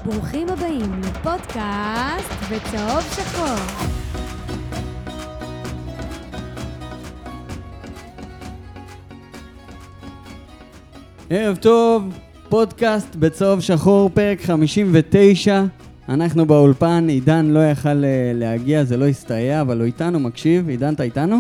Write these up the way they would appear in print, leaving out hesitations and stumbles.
ברוכים הבאים לפודקאסט בצהוב שחור. ערב טוב, פודקאסט בצהוב שחור, פרק 59. אנחנו באולפן, עידן לא יכל להגיע, זה לא הסתייע, אבל הוא איתנו, מקשיב. עידן, אתה איתנו?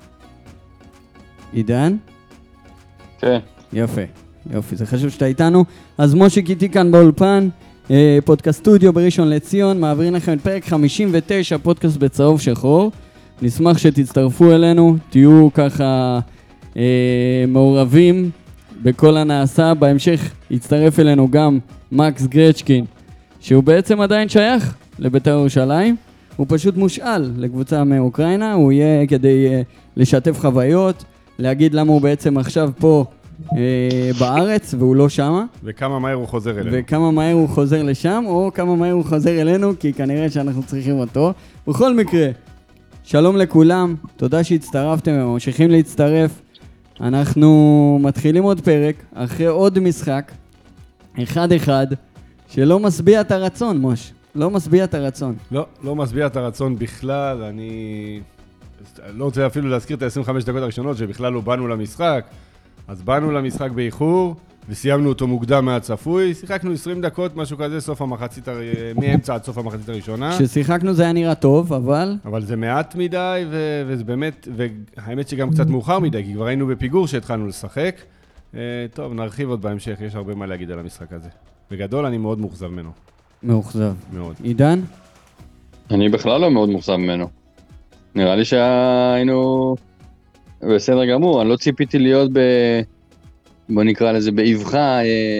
עידן? כן. יופי, זה חשוב שאתה איתנו. אז מושיק איתי כאן באולפן, פודקאסט סטודיו בראשון לציון, מעבירים לכם את פרק 59, פודקאסט בצהוב שחור. נשמח שתצטרפו אלינו, תהיו ככה מעורבים בכל הנעשה. בהמשך יצטרף אלינו גם מקס גרצ'קין, שהוא בעצם עדיין שייך לבית"ר ירושלים. הוא פשוט מושאל לקבוצה מאוקראינה, הוא יהיה כדי לשתף חוויות, להגיד למה הוא בעצם עכשיו פה בארץ והוא לא שמה. וכמה מהר הוא חוזר אלינו. וכמה מהר הוא חוזר לשם, או כמה מהר הוא חוזר אלינו, כי כנראה שאנחנו צריכים אותו. בכל מקרה, שלום לכולם, תודה שהצטרפתם וממשיכים להצטרף. אנחנו מתחילים עוד פרק, אחרי עוד משחק, 1-1, שלא משביע את הרצון, מוש. לא משביע את הרצון. לא משביע את הרצון בכלל. אני לא רוצה אפילו להזכיר את ה-25 דקות הראשונות, שבכלל לא באנו למשחק. אז באנו למשחק באיחור, וסיימנו אותו מוקדם מהצפוי. שיחקנו 20 דקות, משהו כזה, מאמצע עד סוף המחצית הראשונה. כששיחקנו זה היה נראה טוב, אבל... אבל זה מעט מדי, וזה באמת, והאמת שגם קצת מאוחר מדי, כי כבר היינו בפיגור שהתחלנו לשחק. טוב, נרחיב עוד בהמשך, יש הרבה מה להגיד על המשחק הזה. בגדול, אני מאוד מאוכזב ממנו. מאוכזב. מאוד. עידן? אני בכלל לא מאוד מאוכזב ממנו. נראה לי שהיינו בסדר גמור, אני לא ציפיתי להיות בוא נקרא לזה באבחה.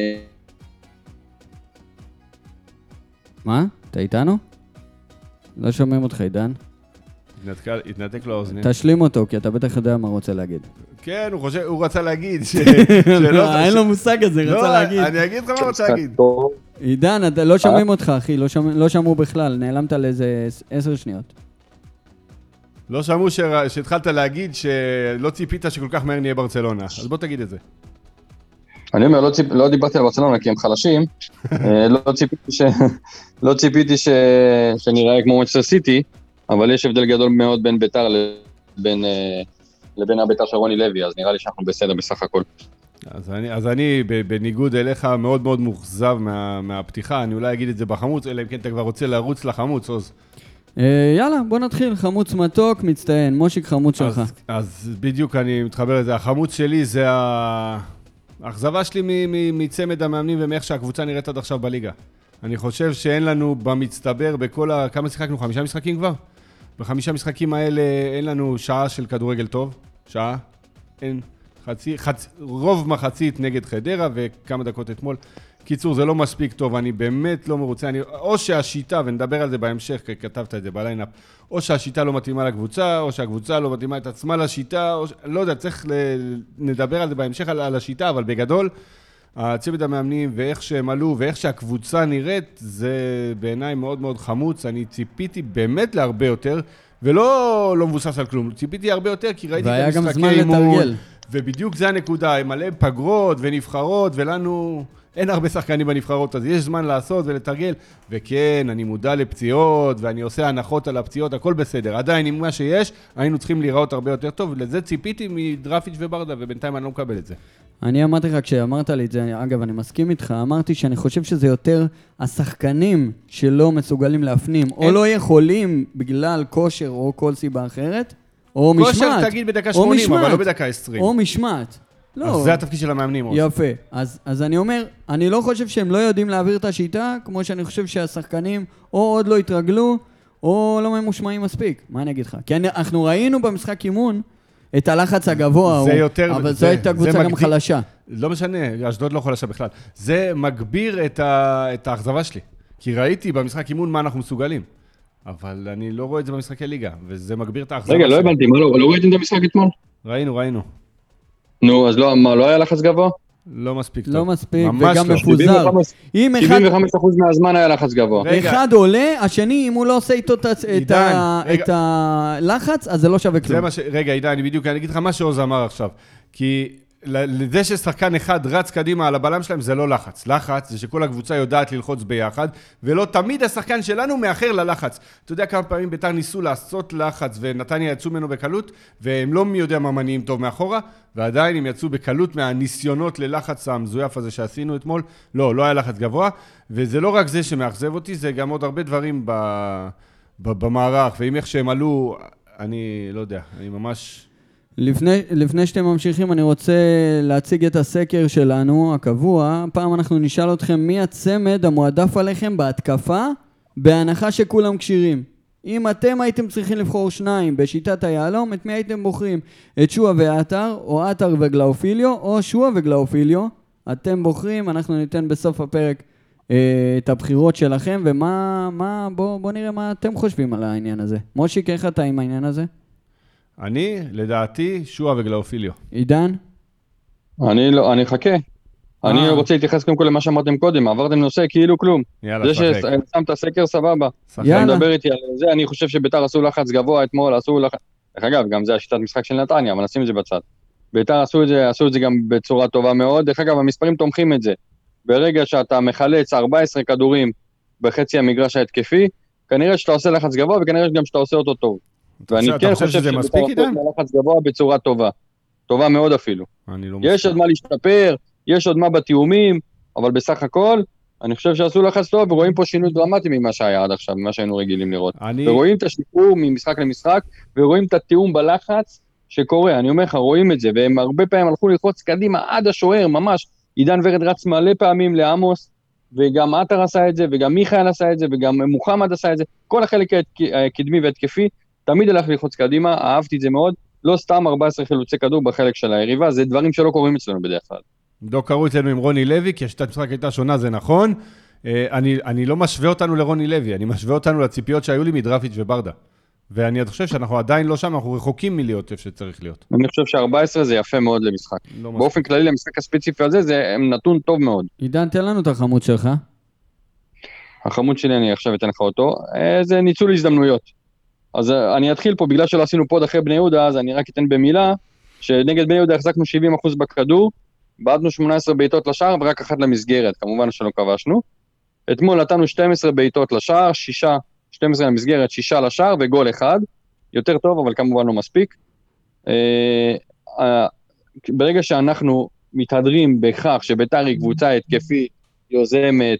מה? אתה איתנו? לא שומעים אותך, עידן. התנתק לו האוזניים. תשלים אותו, כי אתה בטח יודע מה רוצה להגיד. כן, הוא רצה להגיד אין לו מושג הזה, רצה להגיד. אני אגיד לך מה רוצה להגיד. עידן, לא שומעים אותך, אחי, לא שמעו בכלל, נעלמת לאיזה 10 שניות. לא שמעו שהתחלת להגיד שלא ציפית שכל כך מהר נהיה ברצלונה, אז בוא תגיד את זה. אני אומר, לא דיברתי על ברצלונה כי הם חלשים, לא ציפיתי שנראה כמו מנצ'סטר סיטי, אבל יש הבדל גדול מאוד בין בית"ר לבין הבית"ר של רוני לוי, אז נראה לי שאנחנו בסדר בסך הכל. אז אני בניגוד אליך מאוד מאוד מוכזב מהפתיחה, אני אולי אגיד את זה בחמוץ, אלא אם כן אתה כבר רוצה לרוץ לחמוץ, אז... יאללה, בוא נתחיל, חמוץ מתוק, מצטיין, מושיק חמוץ שלך. אז בדיוק אני מתחבר לזה, החמוץ שלי זה האכזבה שלי מצמד המאמנים ומאיך שהקבוצה נראית עד עכשיו בליגה. אני חושב שאין לנו במצטבר כמה שיחקנו? 5 משחקים כבר? ב5 משחקים האלה אין לנו שעה של כדורגל טוב, שעה, אין, רוב מחצית נגד חדרה וכמה דקות אתמול. קיצור, זה לא מספיק טוב, אני באמת לא מרוצה, או שהשיטה, ונדבר על זה בהמשך, כי כתבת את זה בליינאפ, או שהשיטה לא מתאימה לקבוצה, או שהקבוצה לא מתאימה את עצמה לשיטה, לא יודע, צריך נדבר על זה בהמשך על השיטה, אבל בגדול, הצוות המאמנים ואיך שהם עלו, ואיך שהקבוצה נראית, זה בעיניי מאוד מאוד חמוץ, אני ציפיתי באמת להרבה יותר, ולא מבוסס על כלום, ציפיתי הרבה יותר, כי ראיתי את המשחקי אימון, ובדיוק זה הנקודה, הם מלא פגרות ונבחרות, ולנו... אין הרבה שחקנים בנבחרות, אז יש זמן לעשות ולתרגל, וכן, אני מודע לפציעות, ואני עושה הנחות על הפציעות, הכל בסדר. עדיין, עם מה שיש, היינו צריכים להיראות הרבה יותר טוב, ולזה ציפיתי מדרפיץ' וברדה, ובינתיים אני לא מקבל את זה. אני אמרתי לך, כשאמרת לי את זה, אגב, אני מסכים איתך, אמרתי שאני חושב שזה יותר השחקנים שלא מסוגלים להפנים, או לא יכולים בגלל כושר או כל סיבה אחרת, או משמעת. כושר תגיד בדקה 80, אבל לא בדקה 20. או משמעת. לא. אז זה התפקיד של המאמנים. יפה. אז אני אומר, אני לא חושב שהם לא יודעים להעביר את השיטה, כמו שאני חושב שהשחקנים או עוד לא התרגלו, או לא ממושמעים מספיק. מה אני אגיד לך? כי אנחנו ראינו במשחק אימון את הלחץ הגבוה, אבל זו הייתה קבוצה גם חלשה. לא משנה, אשדוד לא חלשה בכלל. זה מגביר את האכזבה שלי. כי ראיתי במשחק אימון מה אנחנו מסוגלים. אבל אני לא רואה את זה במשחקי ליגה, וזה מגביר את האכזבה שלי. רגע, לא הבנתי, לא ראיתם את המשחק אתמול? ראינו. נו, אז לא היה לחץ גבוה? לא מספיק טוב. לא מספיק, וגם מפוזר. 75% מהזמן היה לחץ גבוה. אחד עולה, השני, אם הוא לא עושה איתו את הלחץ, אז זה לא שווה כלום. רגע, עידן, אני אגיד לך מה שעוז אמר עכשיו. כי לזה ששחקן אחד רץ קדימה על הבלם שלהם, זה לא לחץ. לחץ זה שכל הקבוצה יודעת ללחוץ ביחד, ולא תמיד השחקן שלנו מאחר ללחץ. אתה יודע כמה פעמים בית"ר ניסו לעשות לחץ, ונתניה יצאו ממנו בקלות, והם לא מי יודע מה מניעים טוב מאחורה, ועדיין הם יצאו בקלות מהניסיונות ללחץ המזויף הזה שעשינו אתמול. לא היה לחץ גבוה, וזה לא רק זה שמאכזב אותי, זה גם עוד הרבה דברים במערך, ואם איך שהם עלו, אני לא יודע, אני ממש... לפני שאתם ממשיכים, אני רוצה להציג את הסקר שלנו, הקבוע. פעם אנחנו נשאל אתכם מי הצמד המועדף עליכם בהתקפה, בהנחה שכולם קשירים. אם אתם הייתם צריכים לבחור שניים בשיטת היעלום, את מי הייתם בוחרים? את שועה ועטר, או עטר וגלאופיליו, או שועה וגלאופיליו. אתם בוחרים, אנחנו ניתן בסוף הפרק את הבחירות שלכם, בוא נראה מה אתם חושבים על העניין הזה. מושיק, איך אתה עם העניין הזה? אני, לדעתי, שועה וגלאופיליו. עידן? אני אחכה. אני רוצה להתייחס קודם כל למה שאמרתם קודם, עברתם נושא כאילו כלום. יאללה, זה ששמת הסקר סבבה. יאללה. אני מדבר איתי על זה, אני חושב שבית"ר עשו לחץ גבוה אתמול, עשו לחץ... דרך אגב, גם זה השיטת משחק של נתניה, אבל נשים את זה בצד. בית"ר עשו את זה גם בצורה טובה מאוד. דרך אגב, המספרים תומכים את זה. ברגע שאתה מחלץ 14 כדורים בחצי המגרש ההתקפי, כנראה שאתה עושה לחץ גבוה, וכנראה גם שאתה עושה אותו טוב. ואני כן חושב שזה מספיק, עידן? לחץ גבוה בצורה טובה. טובה מאוד אפילו. יש עוד מה להשתפר, יש עוד מה בתיאומים, אבל בסך הכל, אני חושב שעשו לחץ טוב, ורואים פה שינוי דרמטי ממה שהיה עד עכשיו, ממה שהיינו רגילים לראות. ורואים את השיפור ממשחק למשחק, ורואים את התיאום בלחץ שקורה. אני אומר לך, רואים את זה, והם הרבה פעמים הלכו ללחוץ קדימה עד השוער, ממש. עידן ורד רץ מלא פעמים לעמוס, וגם עטר עשה את זה, וגם מיכאל עשה את זה, וגם מוחמד עשה את זה. כל החלק הקדמי והתקפי, תמיד הלך ללחוץ קדימה, אהבתי את זה מאוד. לא סתם 14 חילוצי כדור בחלק של היריבה, זה דברים שלא קורים אצלנו בדרך כלל. לא קראו אצלנו עם רוני לוי, כי השיטת משחק הייתה שונה, זה נכון. אני לא משווה אותנו לרוני לוי, אני משווה אותנו לציפיות שהיו לי מדרפיץ' וברדה. ואני חושב שאנחנו עדיין לא שם, אנחנו רחוקים מלהיות איפה שצריך להיות. אני חושב ש14 זה יפה מאוד למשחק. באופן כללי למשחק הספציפי הזה, זה נתון טוב מאוד. עידן, תן לנו את החמוד שלך. החמוד שלי, אני עכשיו אתן לך אותו, זה ניצול הזדמנויות. אז אני אתחיל פה, בגלל שלא עשינו פוד אחרי בני יהודה, אז אני רק אתן במילה, שנגד בני יהודה החזקנו 70% בכדור, בעדנו 18 בעיטות לשער ורק אחת למסגרת, כמובן שלא כבשנו. אתמול נתנו 12 בעיטות לשער, 12 למסגרת, 6 לשער וגול אחד. יותר טוב, אבל כמובן לא מספיק. ברגע שאנחנו מתהדרים בכך שבית"ר היא קבוצה התקפית, יוזמת,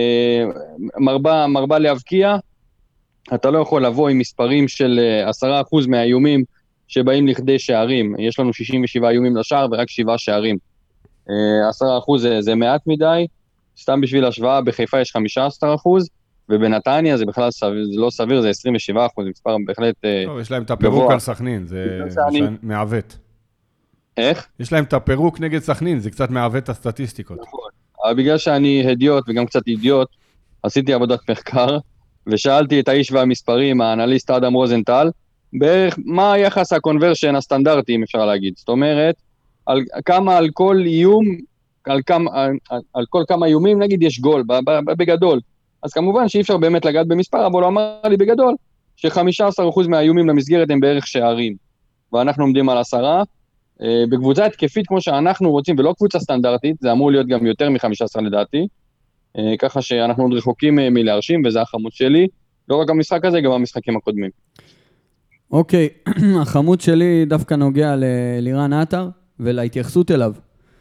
מרבה להבקיע, אתה לא יכול לבוא עם מספרים של 10% מהאיומים שבאים לכדי שערים. יש לנו 67 איומים לשער ורק 7 שערים. 10% זה מעט מדי, סתם בשביל השוואה, בחיפה יש 15%, ובנתניה זה בכלל זה לא סביר, זה 27%, זה מספר בהחלט גבוה. יש להם את הפירוק על סכנין, זה מעוות. איך? יש להם את הפירוק נגד סכנין, זה קצת מעוות את הסטטיסטיקות. נכון, אבל בגלל שאני הדיוט וגם קצת אידיוט, עשיתי עבודת מחקר, ושאלתי את האיש והמספרים, האנליסט אדם רוזנטל, בערך מה היחס הקונברשן הסטנדרטי, אם אפשר להגיד. זאת אומרת, על כל איום, על כל כמה איומים, נגיד יש גול, בגדול. אז כמובן שאי אפשר באמת לגעת במספר, אבל הוא אמר לי בגדול, ש15% מהאיומים למסגרת הם בערך שערים, ואנחנו עומדים על 10. בקבוצה התקפית כמו שאנחנו רוצים, ולא קבוצה סטנדרטית, זה אמור להיות גם יותר מ15 לדעתי, ככה שאנחנו עוד רחוקים מלהרשים, וזה החמוד שלי, לא רק המשחק הזה, גם המשחקים הקודמים. אוקיי, החמוד שלי דווקא נוגע לירן עטר, ולהתייחסות אליו.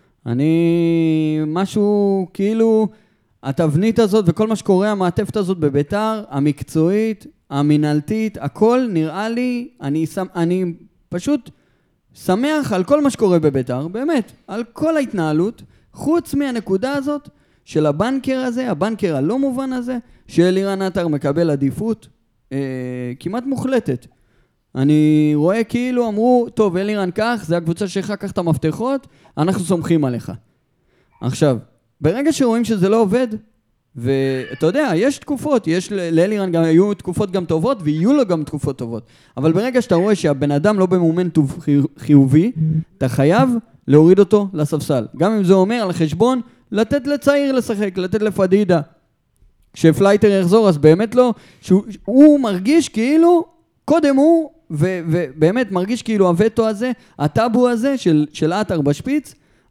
משהו כאילו, התבנית הזאת וכל מה שקורה, המעטפת הזאת בביתר, המקצועית, המנהלתית, הכל נראה לי, אני פשוט שמח על כל מה שקורה בביתר, באמת, על כל ההתנהלות, חוץ מהנקודה הזאת של הבנקר הזה, הבנקר הלא מובן הזה, שאלירן עטר מקבל עדיפות כמעט מוחלטת. אני רואה כאילו אמרו, טוב, אלירן כך, זה הקבוצה שלך, קח את המפתחות, אנחנו סומכים עליך. עכשיו, ברגע שרואים שזה לא עובד, ואתה יודע, יש תקופות, לאלירן גם היו תקופות גם טובות, ויהיו לו גם תקופות טובות. אבל ברגע שאתה רואה שהבן אדם לא במומנטום חיובי, אתה חייב להוריד אותו לספסל. גם אם זה אומר על חשבון, לתת לצעיר לשחק, לתת לפדידה. כשפלייטר יחזור, אז באמת לא, שהוא מרגיש כאילו, קודם הוא, ובאמת מרגיש כאילו הווטו הזה, הטאבו הזה של עטר בשפיץ,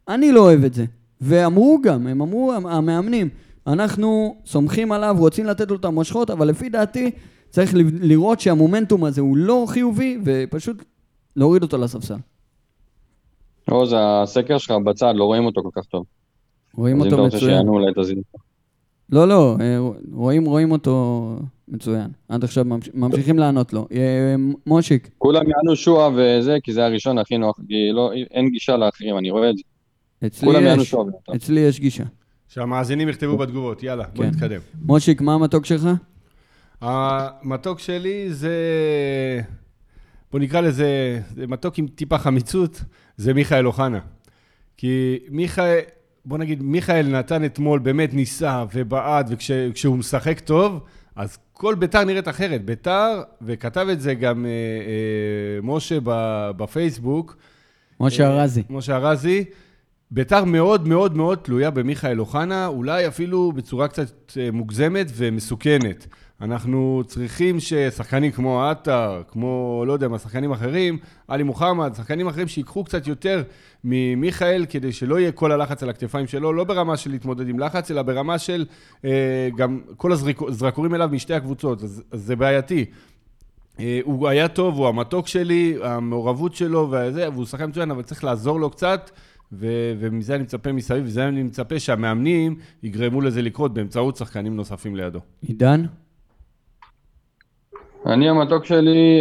אני לא אוהב את זה. ואמרו גם, הם אמרו, המאמנים, אנחנו סומכים עליו, רוצים לתת לו את המושכות, אבל לפי דעתי צריך לראות שהמומנטום הזה הוא לא חיובי, ופשוט להוריד אותו לספסל. עוז, הסקר שלך בצד, לא רואים אותו כל כך טוב. רואים אז אם אותו אתה רוצה מצוין. שיענו אולי תזין. לא, רואים אותו מצוין. עד עכשיו ממשיכים לענות לו. מושיק. כולם יענו שועה וזה, כי זה הראשון הכי נוח, כי אין גישה לאחרים, אני רואה את זה. כולם יענו שועה. אצלי יש גישה. שהמאזינים יכתבו בתגובות, יאללה, בוא כן. נתקדם. מושיק, מה המתוק שלך? המתוק שלי זה, בוא נקרא לזה, זה מתוק עם טיפה חמיצות, זה מיכאל אוחנה. כי בוא נגיד, מיכאל נתן אתמול, באמת ניסה ובעד, וכשהוא משחק טוב, אז כל ביתר נראית אחרת. ביתר, וכתב את זה גם משה בפייסבוק. משה ארזי. ביתר מאוד מאוד מאוד תלויה במיכאל אוחנה, אולי אפילו בצורה קצת מוגזמת ומסוכנת. אנחנו צריכים ששחקנים כמו עטר, כמו, לא יודע, שחקנים אחרים, עלי מוחמד, שחקנים אחרים שיקחו קצת יותר ממיכאל, כדי שלא יהיה כל הלחץ על הכתפיים שלו, לא ברמה של להתמודד עם לחץ, אלא ברמה של גם כל הזרקורים אליו משתי הקבוצות, אז זה בעייתי. הוא היה טוב, הוא המתוק שלי, המעורבות שלו והוא שחקן מצוין, אבל צריך לעזור לו קצת, ומזה אני מצפה מסביב, וזה אני מצפה שהמאמנים יגרמו לזה לקרות באמצעות שחקנים נוספים לידו. עידן? אני המתוק שלי,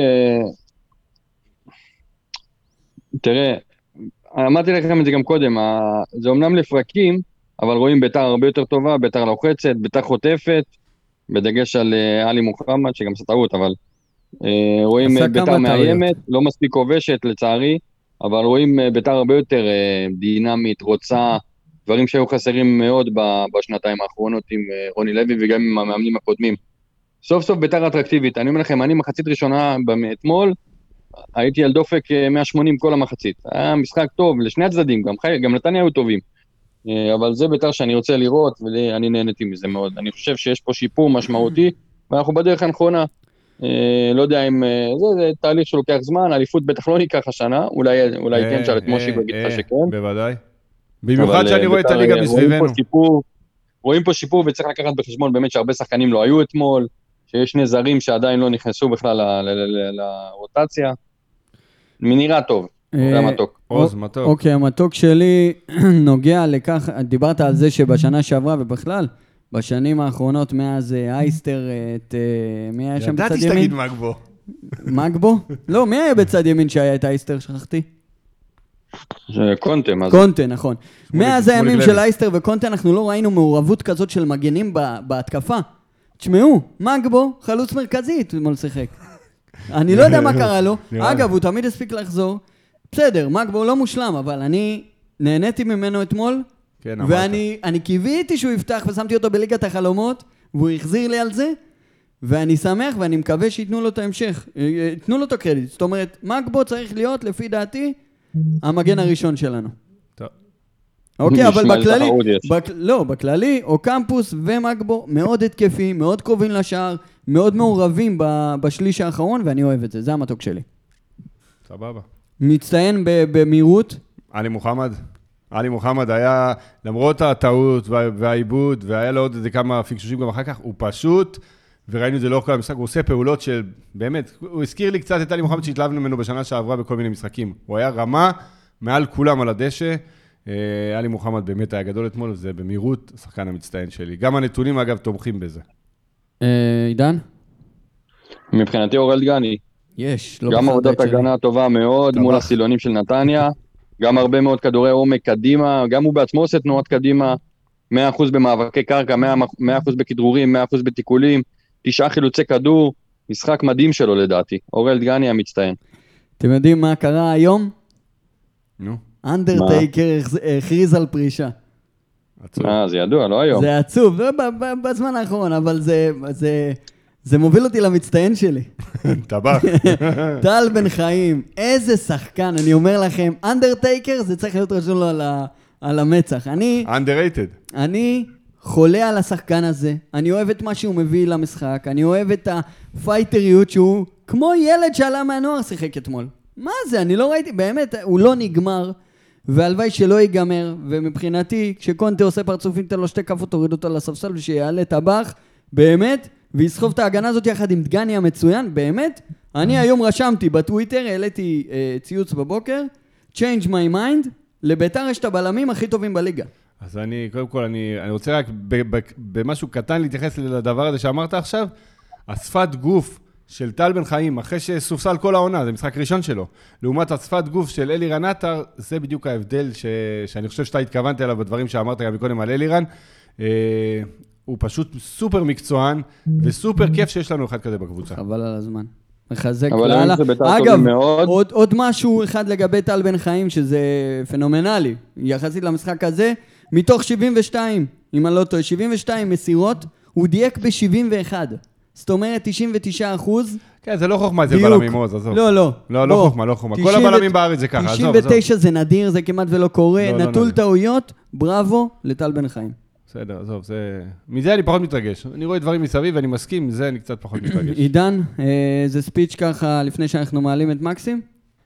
תראה, אמרתי לכם את זה גם קודם, זה אומנם לפרקים, אבל רואים ביתר הרבה יותר טובה, ביתר לוחצת, ביתר חוטפת, בדגש על עלי מוחמד, שגם עשה טעות, אבל רואים ביתר מאיימת, לא מספיק כובשת לצערי, אבל רואים ביתר הרבה יותר דינמית, רוצה, דברים שהיו חסרים מאוד בשנתיים האחרונות עם רוני לוי וגם עם המאמנים הקודמים. סוף סוף ביתר אטרקטיבית. אני אומר לכם, אני מחצית ראשונה אתמול, הייתי על דופק 180 כל המחצית. היה משחק טוב לשני הצדדים, גם נתניה היו טובים. אבל זה ביתר שאני רוצה לראות, ואני נהניתי מזה מאוד. אני חושב שיש פה שיפור משמעותי, ואנחנו בדרך הנכונה. לא יודע אם זה תהליך שלוקח זמן, אליפות בטח לא ניקח השנה, אולי כן, שאל את מושיק ויגיד לך שכן. בוודאי. במיוחד שאני רואה את הליגה מסביבנו. רואים פה שיפור וצריך לקחת בחשבון באמת שהרבה שחקנים לא היו אתמול, שיש שני זרים שעדיין לא נכנסו בכלל לרוטציה. נראה טוב, זה המתוק. עוז, מתוק. אוקיי, המתוק שלי נוגע לכך, דיברת על זה שבשנה שעברה ובכלל, בשנים האחרונות מאז אייסטר, מי היה שם בצד ימין? ידעתי שתגיד מגבו. מגבו? לא, מי היה בצד ימין שהיה את אייסטר, שכחתי? קונטה, מה זה? קונטה, נכון. מאז הימים של אייסטר וקונטה אנחנו לא ראינו מעורבות כזאת של מגנים בהתקפה. תשמעו, מגבו, חלוץ מרכזי, אתמול שיחק. אני לא יודע מה קרה לו. אגב, הוא תמיד הספיק לחזור. בסדר, מגבו לא מושלם, אבל אני נהניתי ממנו אתמול, ואני קיוויתי שהוא יפתח ושמתי אותו בליגת החלומות, והוא החזיר לי על זה, ואני שמח ואני מקווה שיתנו לו את ההמשך. יתנו לו את הקרדיט. זאת אומרת, מגבו צריך להיות, לפי דעתי, המגן הראשון שלנו. טוב. אוקיי, אבל בכללי, בכללי, או קמפוס ומגבו מאוד התקפי, מאוד קרובים לשער, מאוד מעורבים בשליש האחרון, ואני אוהב את זה, זה המתוק שלי. סבבה. מצטיין במהירות. עלי מוחמד היה, למרות הטעות והעיבוד, והיה לו עוד איזה כמה פיקשושים גם אחר כך, הוא פשוט, וראינו את זה לאורך כל המשחק, הוא עושה פעולות של, באמת, הוא הזכיר לי קצת את עלי מוחמד שהתלהבנו ממנו בשנה שעברה בכל מיני משחקים. הוא היה רמה מעל כולם על הדשא, עלי מוחמד באמת היה גדול אתמול, זה במהירות השחקן המצטיין שלי. גם הנתונים אגב תומכים בזה. עידן? מבחינתי אורל דגני. יש. גם עבודת הגנה טובה מאוד מול הסילונים של נתניה, גם הרבה מאוד כדורי עומק קדימה, גם הוא בעצמו עושה תנועות קדימה, 100% במאבקי קרקע, 100% בכדרורים, 100% בתיקולים, 9 חילוצי כדור, משחק מדהים שלו לדעתי. אורל דגני המצטיין. אתם יודעים מה קרה היום? נו. אנדרטייקר הכריז על פרישה. עצוב. זה ידוע, לא היום. זה עצוב, בזמן האחרון, אבל זה מוביל אותי למצטיין שלי. טבח. טל בן חיים, איזה שחקן, אני אומר לכם, אנדרטייקר זה צריך להיות רשום לו על המצח. underrated. אני חולה על השחקן הזה, אני אוהב את מה שהוא מביא למשחק, אני אוהב את הפייטריות שהוא כמו ילד שעלה מהנוער שיחק אתמול. מה זה? אני לא ראיתי, באמת, הוא לא נגמר, והלוואי שלא ייגמר, ומבחינתי, כשקונטה עושה פרצופים, תן לו 2 כאפות, תוריד אותו לספסל, ושיעלה טבח, באמת, ויסחוב את ההגנה הזאת יחד עם דגני המצוין, באמת, אני היום רשמתי בטוויטר, העליתי ציוץ בבוקר, change my mind, לביתר יש את הבלמים הכי טובים בליגה. אז קודם כל, אני רוצה רק במשהו קטן להתייחס לדבר הזה שאמרת עכשיו, השפת גוף של טל בן חיים, אחרי שסופסל כל העונה, זה משחק ראשון שלו, לעומת השפת גוף של אלירן עטר, זה בדיוק ההבדל שאני חושב שאתה התכוונת אליו בדברים שאמרת גם מקודם על אלירן, הוא פשוט סופר מקצוען, וסופר כיף שיש לנו אחד כזה בקבוצה. חבל על הזמן. מחזק אבל לאללה. זה ביתר אגב, טובים מאוד. עוד משהו אחד לגבי טל בן חיים, שזה פנומנלי, יחסית למשחק הזה, מתוך 72, אם אני לא טועה, 72 מסירות, הוא דייק ב-71. זאת אומרת, 99%. כן, זה לא חוכמה, זה בלמים עוז, עזוב. לא. לא חוכמה, לא חוכמה. כל הבלמים בארץ זה ככה, עזוב. 99 זה נדיר, זה כמעט ולא קורה, נטול טעויות, בראבו לטל בן חיים. בסדר, עזוב, מזה אני פחות מתרגש. אני רואה דברים מסביב ואני מסכים, מזה אני קצת פחות מתרגש. עידן, זה ספיץ' ככה לפני שאנחנו מעלים את מקסים?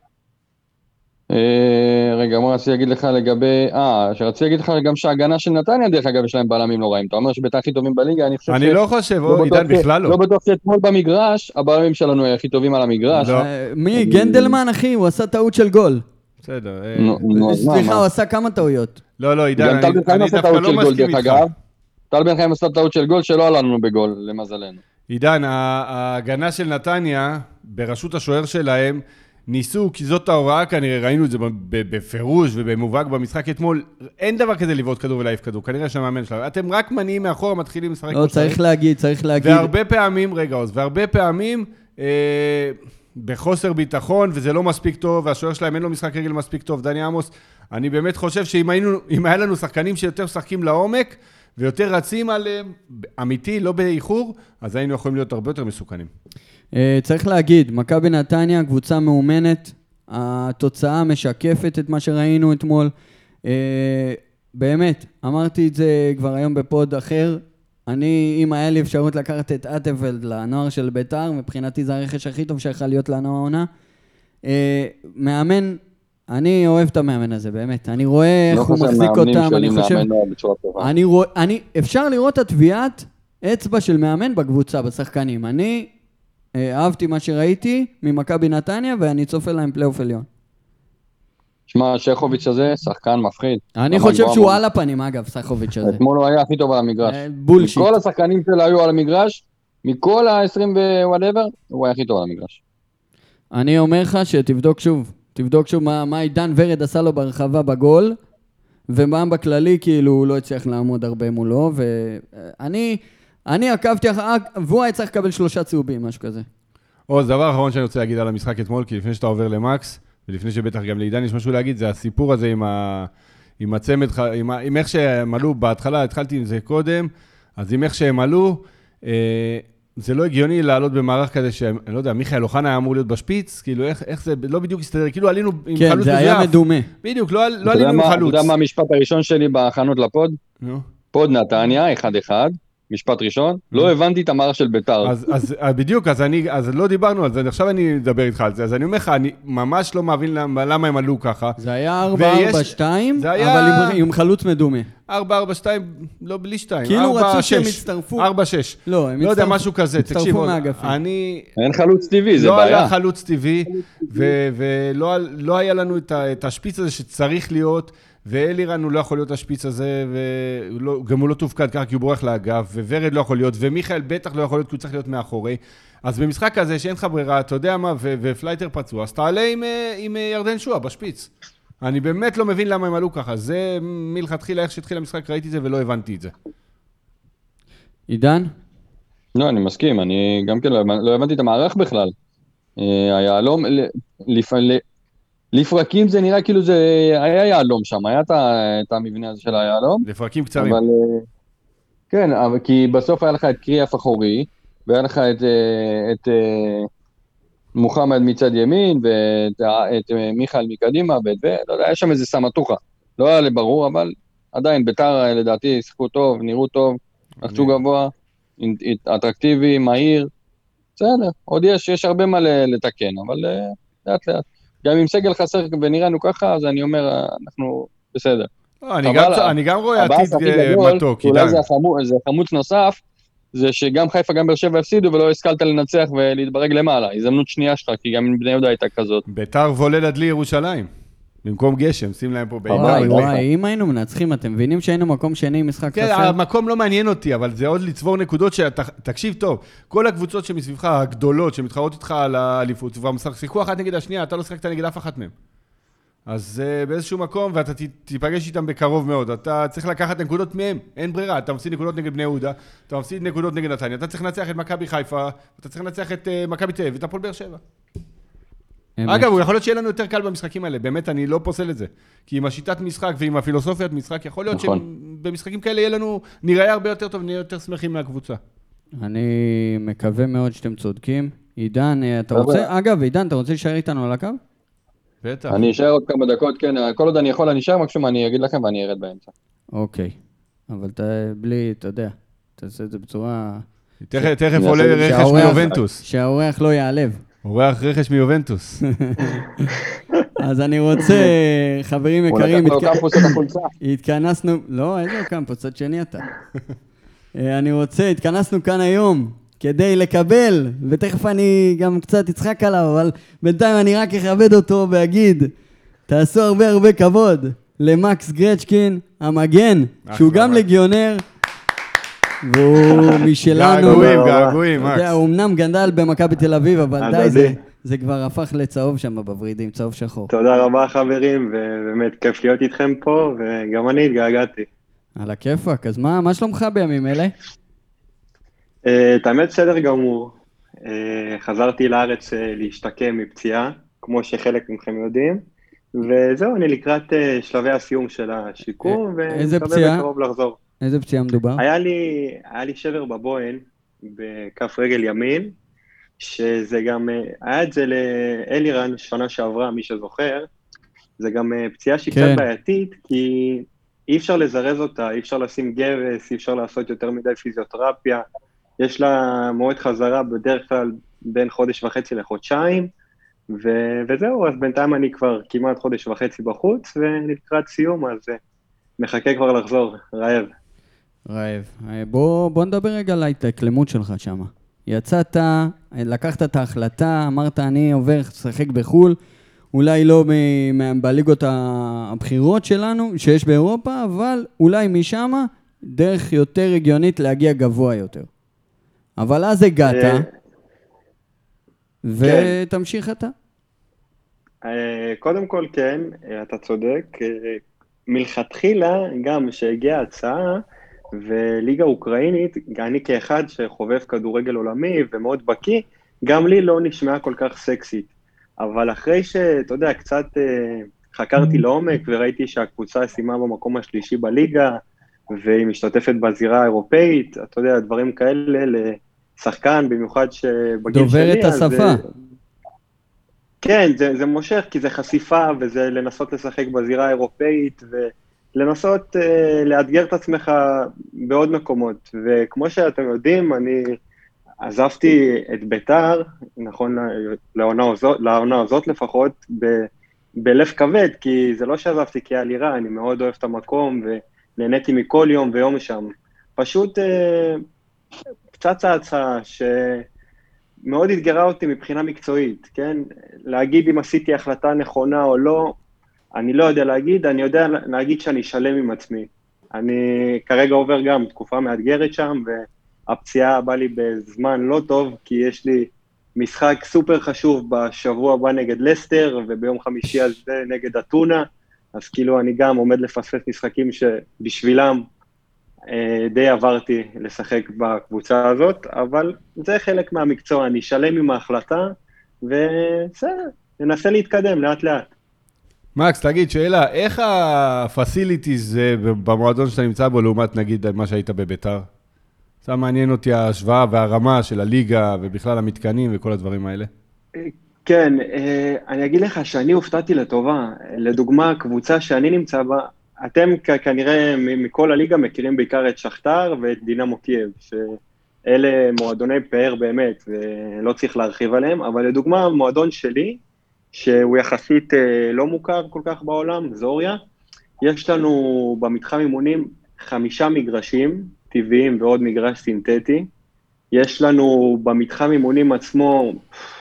רגע, מה רציתי להגיד לך לגבי... שרציתי להגיד לך גם שההגנה של נתניה, דרך אגב, יש להם בלמים לא רעים. אתה אומר שביתר הכי טובים בליגה, אני חושב אני לא חושב, עידן בכלל לא. לא בטוח שאתמול במגרש, הבלמים שלנו הכי טובים על המגרש. מי? גנדלמן, אחי, הוא עשה טעות של גול. בסדר. סליחה, הוא עשה כמה טעויות. לא, עידן, אני דווקא לא מסכים איתך. טל בן חיים עשה טעות של גול שלא עלה לנו בגול, למזלנו. עידן, ההגנה של נתניה, בראשות השוער שלהם, ניסו, כי זאת ההוראה, כנראה ראינו את זה בפירוש ובמובהק במשחק אתמול, אין דבר כזה לבעוט כדור ולהעיף כדור, כנראה שהמאמן שלנו, אתם רק מניעים מאחורה, מתחילים לשחק. לא, צריך להגיד. והרבה פעמים, והרבה פעמים, בחוסר ביטחון, וזה לא מספיק טוב, והשוער שלהם אין לו משחק רגל מספיק טוב, דני עמוס, אני באמת חושב שאם היה לנו שחקנים שיותר שחקים לעומק, ויותר רצים עליהם, אמיתי, לא באיחור, אז היינו יכולים להיות הרבה יותר מסוכנים. צריך להגיד, מכבי נתניה, קבוצה מאומנת, התוצאה משקפת את מה שראינו אתמול. באמת, אמרתי את זה כבר היום בפוד אחר, אם היה לי אפשרות לקחת את אטפלד לנוער של ביתר, מבחינתי זה הרכש הכי טוב שיכול להיות לנו העונה. מאמן, אני אוהב את המאמן הזה, באמת. אני רואה איך הוא מחזיק אותם, אני חושב... אפשר לראות את התביעת אצבע של מאמן בקבוצה, בשחקנים. אני אהבתי מה שראיתי ממכבי נתניה, ואני צופה להם פלייאוף עליון. שמע, שחוביץ' הזה, שחקן מפחיד. אני חושב שהוא על הפנים, אגב, שחוביץ' הזה. אתמול הוא היה הכי טוב על המגרש. בולשיט. מכל השחקנים שלו היו על המגרש, מכל ה-20 ווואטאבר, הוא היה הכי טוב על המגרש. אני אומר לך שתבדוק שוב מה עידן ורד עשה לו ברחבה בגול, ומה בכללי, כאילו הוא לא הצליח לעמוד הרבה מולו, ואני עקבתי אחר, והוא היה צריך לקבל 3 צהובים, משהו כזה. זה דבר אחרון שאני רוצה להגיד על המשחק אתמול, כי לפני שאתה עובר למקס, ולפני שבטח גם לעידן יש משהו להגיד, זה הסיפור הזה עם הצמד, עם איך שהם עלו בהתחלה, התחלתי עם זה קודם, אז עם איך שהם עלו, זה לא הגיוני לעלות במערך כזה שאני לא יודע, מיכאל אוחנה היה אמור להיות בשפיץ, כאילו איך זה לא בדיוק הסתדר, כאילו עלינו עם חלוץ מזויף. כן, זה היה מדומה. בדיוק, לא עלינו עם חלוץ. אתה יודע מה המשפט הראשון שלי בהכנות לפוד? פוד נתניה, 1-1, משפט ראשון, לא הבנתי את המערך של ביתר. אז בדיוק, אז לא דיברנו על זה, עכשיו אני אדבר איתך על זה, אז אני אומר לך, אני ממש לא מבין למה הם עלו ככה. זה היה 4-4-2, אבל עם חלוץ מדומה. 4-4-2, לא בלי 2. כאילו רצו שהם הצטרפו. 4-6. לא, הם לא יודע, משהו כזה. הצטרפו מהאגפים. אין חלוץ טבעי, זה בעיה. לא היה חלוץ טבעי, ולא היה לנו את השפיץ הזה שצריך להיות, ואלירן הוא לא יכול להיות השפיץ הזה, וגם הוא לא תופקד ככה כי הוא בורח לאגף, וורד לא יכול להיות, ומיכאל בטח לא יכול להיות כי הוא צריך להיות מאחורי. אז במשחק הזה שאין לך ברירה, אתה יודע מה, ופלייטר פצוע, אז תעלה עם ירדן שועה בשפיץ. אני באמת לא מבין למה הם עלו ככה. זה מלכתחילה, איך שהתחיל המשחק, ראיתי את זה ולא הבנתי את זה. עידן? לא, אני מסכים, אני גם כן לא הבנתי את המערך בכלל. היעלום, לפרקים זה נראה כאילו זה היה יעלום שם, היה את המבנה הזה של היעלום. לפרקים קצרים. אבל, כן, כי בסוף היה לך את קריאף אחורי, והיה לך את מוחמד מצד ימין, ואת מיכאל מקדימה, לא יודע, היה שם איזה סמטוחה. לא היה לי ברור, אבל עדיין ביתר לדעתי שיחקו טוב, נראו טוב, לחצו גבוה, אטרקטיבי, מהיר, בסדר, עוד יש הרבה מה לתקן, אבל לאט לאט. גם אם סגל חסר ונראינו ככה, אז אני אומר, אנחנו בסדר. אני גם רואה הבאס עתיד הכי גדול, מתוק, אולי עידן. זה חמוץ נוסף, זה שגם חיפה גם באר שבע הפסידו ולא השכלת לנצח ולהתברג למעלה. הזדמנות שנייה שלך, כי גם בני יהודה הייתה כזאת. ביתר וולה לדלי ירושלים. במקום גשם, שים להם פה בעיניי. וואי, וואי, אם היינו מנצחים, אתם מבינים שהיינו מקום שני משחק כן, חסר? המקום לא מעניין אותי, אבל זה עוד לצבור נקודות תקשיב טוב, כל הקבוצות שמסביבך, הגדולות, שמתחרות איתך על האליפות, שיחקו אחת נגד השנייה, אתה לא שחקת נגד אף אחת מהם. אז באיזשהו מקום, ואתה תיפגש איתם בקרוב מאוד, אתה צריך לקחת נקודות מהם, אין ברירה, אתה מפסיד נקודות נגד בני יהודה, אתה מפסיד נקודות נגד נתניה, אתה צריך לנצח את מכבי חיפה, אתה צריך לנצח את מכבי תל אביב ואת הפועל באר שבע. אגב, הוא יכול להיות שיהיה לנו יותר קל במשחקים האלה, באמת אני לא פוסל את זה. כי עם השיטת משחק ועם הפילוסופיית משחק, יכול להיות שבמשחקים כאלה יהיה לנו, נראה הרבה יותר טוב, נהיה יותר שמחים מהקבוצה. אני מקווה מאוד שאתם צודקים. עידן, אתה רוצה, אגב, עידן, אתה רוצה להישאר איתנו על הקו? בטח. אני אשאר עוד כמה דקות, כן, כל עוד אני יכול, אני אשאר, מקסימום אני אגיד לכם ואני ארד באמצע. אוקיי. אבל אתה בלי, אתה יודע, תעשה את זה בצורה... תכף עולה רכש מיובנטוס. שהאורח לא יעלב. אורח רכש מיובנטוס. אז אני רוצה, חברים יקרים, הוא לקח לו קמפוס את החולצה. התכנסנו, לא, איזה קמפוס, צד שני אתה. אני רוצה, התכנסנו כאן היום כדי לקבל, ותכף אני גם קצת אצחק עליו, אבל בינתיים אני רק אכבד אותו ואגיד, תעשו הרבה כבוד למקס גרצ'קין, המגן, שהוא גם לגיונר, והוא משלנו. געגועים, מקס. הוא אמנם גדל במכבי תל אביב, אבל די, זה כבר הפך לצהוב שם בוורידים, צהוב שחור. תודה רבה חברים, ובאמת כיף להיות איתכם פה, וגם אני התגעגעתי. על הכיפק, אז מה שלומך בימים אלה? את האמת בסדר גמור. חזרתי לארץ להשתקם מפציעה, כמו שחלק מכם יודעים, וזהו, אני לקראת שלבי הסיום של השיקום, ומקווה בקרוב לחזור. איזה פציעה מדובר? היה לי שבר בבוהן, בכף רגל ימין, שזה גם, היה את זה לאלירן שנה שעברה, מי שזוכר, זה גם פציעה שהיא קצת בעייתית, כי אי אפשר לזרז אותה, אי אפשר לשים גבס, אי אפשר לעשות יותר מדי פיזיותרפיה, יש לה מועד חזרה בדרך כלל בין חודש וחצי לחודשיים, וזהו, אז בינתיים אני כבר כמעט חודש וחצי בחוץ, ולקראת סיום, אז מחכה כבר לחזור, רעב. בוא נדבר רגע על ההתאקלמות שלך שם. יצאת, לקחת את ההחלטה, אמרת אני עובר לשחק בחול, אולי לא בליגות הבחירות שלנו, שיש באירופה, אבל אולי משם דרך יותר הגיונית להגיע גבוה יותר. אבל אז הגעת, ותמשיך אתה. קודם כל כן, אתה צודק. מלכתחילה גם שהגיעה הצעה, וליגה אוקראינית, אני כאחד שחובב כדורגל עולמי ומאוד בקיא, גם לי לא נשמעה כל כך סקסית. אבל אחרי שאתה יודע, קצת חקרתי לעומק וראיתי שהקבוצה סיימה במקום השלישי בליגה, והיא משתתפת בזירה האירופאית, אתה יודע, דברים כאלה לשחקן, במיוחד שבגיל שלי... דובר את השפה. כן, זה מושך, כי זה חשיפה, וזה לנסות לשחק בזירה האירופאית, ולנסות לאתגר את עצמך בעוד מקומות. וכמו שאתם יודעים, אני עזבתי את ביתר, נכון, לעונה הזאת לפחות, בלב כבד, כי זה לא שעזבתי כעלירה, אני מאוד אוהב את המקום, ונהניתי מכל יום ויום שם. פשוט קצת הצעה שמאוד התגרה אותי מבחינה מקצועית, כן? להגיד אם עשיתי החלטה נכונה או לא, אני לא יודע להגיד, אני יודע להגיד שאני שלם עם עצמי. אני כרגע עובר גם תקופה מאתגרת שם, והפציעה באה לי בזמן לא טוב, כי יש לי משחק סופר חשוב בשבוע הבא נגד לסטר, וביום חמישי הזה נגד אתונה, אז כאילו אני גם עומד לפספס משחקים שבשבילם די עברתי לשחק בקבוצה הזאת, אבל זה חלק מהמקצוע, אני שלם עם ההחלטה, ובסדר, ננסה להתקדם לאט לאט. מקס, תגיד, שאלה, איך הפסיליטיז במועדון שאתה נמצא בו, לעומת נגיד מה שהיית בביתר? זה מעניין אותי ההשוואה והרמה של הליגה, ובכלל המתקנים וכל הדברים האלה. כן, אני אגיד לך שאני הופתעתי לטובה. לדוגמה, קבוצה שאני נמצא בה, אתם כנראה מכל הליגה מכירים בעיקר את שכתר ואת דינמו קייב, שאלה מועדוני פאר באמת, ולא צריך להרחיב עליהם, אבל לדוגמה, המועדון שלי, שהוא יחסית לא מוכר כל כך בעולם, זוריה. יש לנו במתחם אימונים 5 מגרשים טבעיים ועוד מגרש סינתטי. יש לנו במתחם אימונים עצמו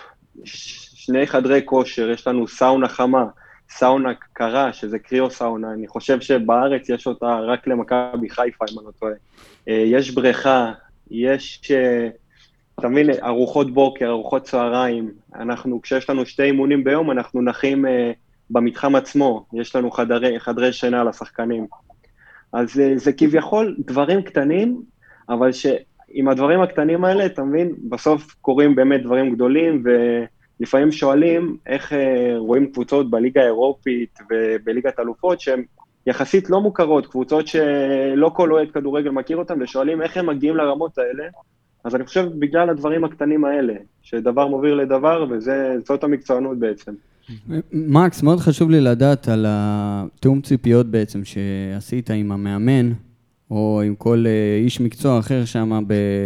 2 חדרי כושר, יש לנו סאונה חמה, סאונה קרה, שזה קריאו סאונה, אני חושב שבארץ יש אותה רק למכבי חיפה, אם אני לא טועה. יש בריכה, יש, אתה מבין, ארוחות בוקר, ארוחות צהריים, כשיש לנו 2 אימונים ביום, אנחנו נחים במתחם עצמו, יש לנו חדרי שינה לשחקנים. אז זה כביכול דברים קטנים, אבל עם הדברים הקטנים האלה, אתה מבין, בסוף קורים באמת דברים גדולים, ולפעמים שואלים איך רואים קבוצות בליגה האירופית ובליגת אלופות, שהן יחסית לא מוכרות, קבוצות שלא כל אוהד כדורגל מכיר אותן, ושואלים איך הם מגיעים לרמות האלה. אז אני חושב בגלל הדברים הקטנים האלה, שדבר מוביל לדבר, וזאת המקצוענות בעצם. מקס, מאוד חשוב לי לדעת על התאום ציפיות בעצם שעשית עם המאמן, או עם כל איש מקצוע אחר שם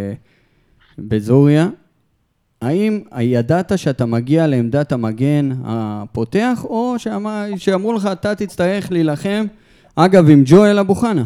בזוריה. האם ידעת שאתה מגיע לעמדת המגן הפותח, או שאמרו לך, אתה תצטרך להילחם, אגב, עם ג'ואל אבו חנה?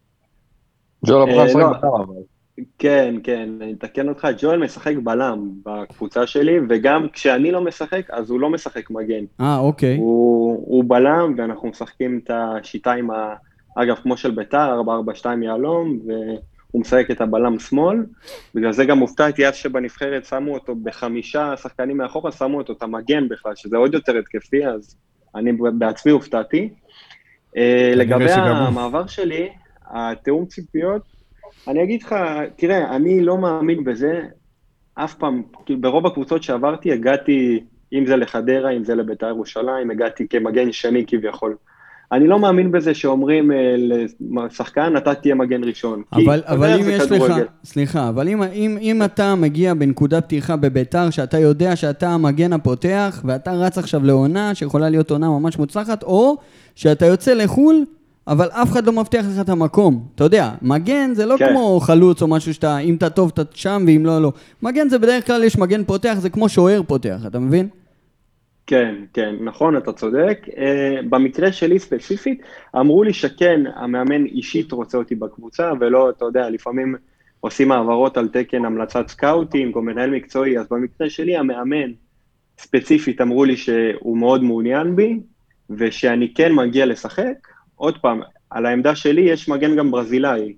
ג'ואל אבו חנה שחק בלם, אבל. כן, אני אתקן אותך, ג'ואל משחק בלם בקבוצה שלי, וגם כשאני לא משחק, אז הוא לא משחק מגן. אוקיי. הוא בלם, ואנחנו משחקים את השיטה עם אגב, כמו של ביתר, 4-4-2 יעלום, והוא משחק את הבלם שמאל, בגלל זה גם הופתעתי אז שבנבחרת שמו אותו ב5 שחקנים מאחורה, שמו אותו את המגן בכלל, שזה עוד יותר התקפי, אז אני בעצמי הופתעתי. לגבי המעבר שלי, התאום ציפיות, אני אגיד לך, תראה, אני לא מאמין בזה, אף פעם, ברוב הקבוצות שעברתי, הגעתי, אם זה לחדרה, אם זה לביתר ירושלים, הגעתי כמגן שני כביכול. אני לא מאמין בזה שאומרים לשחקן, אתה תהיה מגן ראשון. אבל אם יש לך, סליחה, אבל אם אתה מגיע בנקודת פתיחה בביתר, שאתה יודע שאתה המגן הפותח, ואתה רץ עכשיו לעונה, שיכולה להיות עונה ממש מוצלחת, או שאתה יוצא לחול, אבל אף אחד לא מבטיח לך את המקום. אתה יודע, מגן זה לא כמו חלוץ או משהו שאתה, אם אתה טוב, אתה שם, ואם לא, לא. מגן זה בדרך כלל יש מגן פותח, זה כמו שוער פותח, אתה מבין? כן, נכון, אתה צודק. במקרה שלי ספציפית, אמרו לי שכן, המאמן אישית רוצה אותי בקבוצה, ולא, אתה יודע, לפעמים עושים העברות על תקן המלצת סקאוטינג או מנהל מקצועי, אז במקרה שלי המאמן ספציפית אמרו לי שהוא מאוד מעוניין בי, ושאני כן מגיע לשחק. עוד פעם, על העמדה שלי יש מגן גם ברזילאי,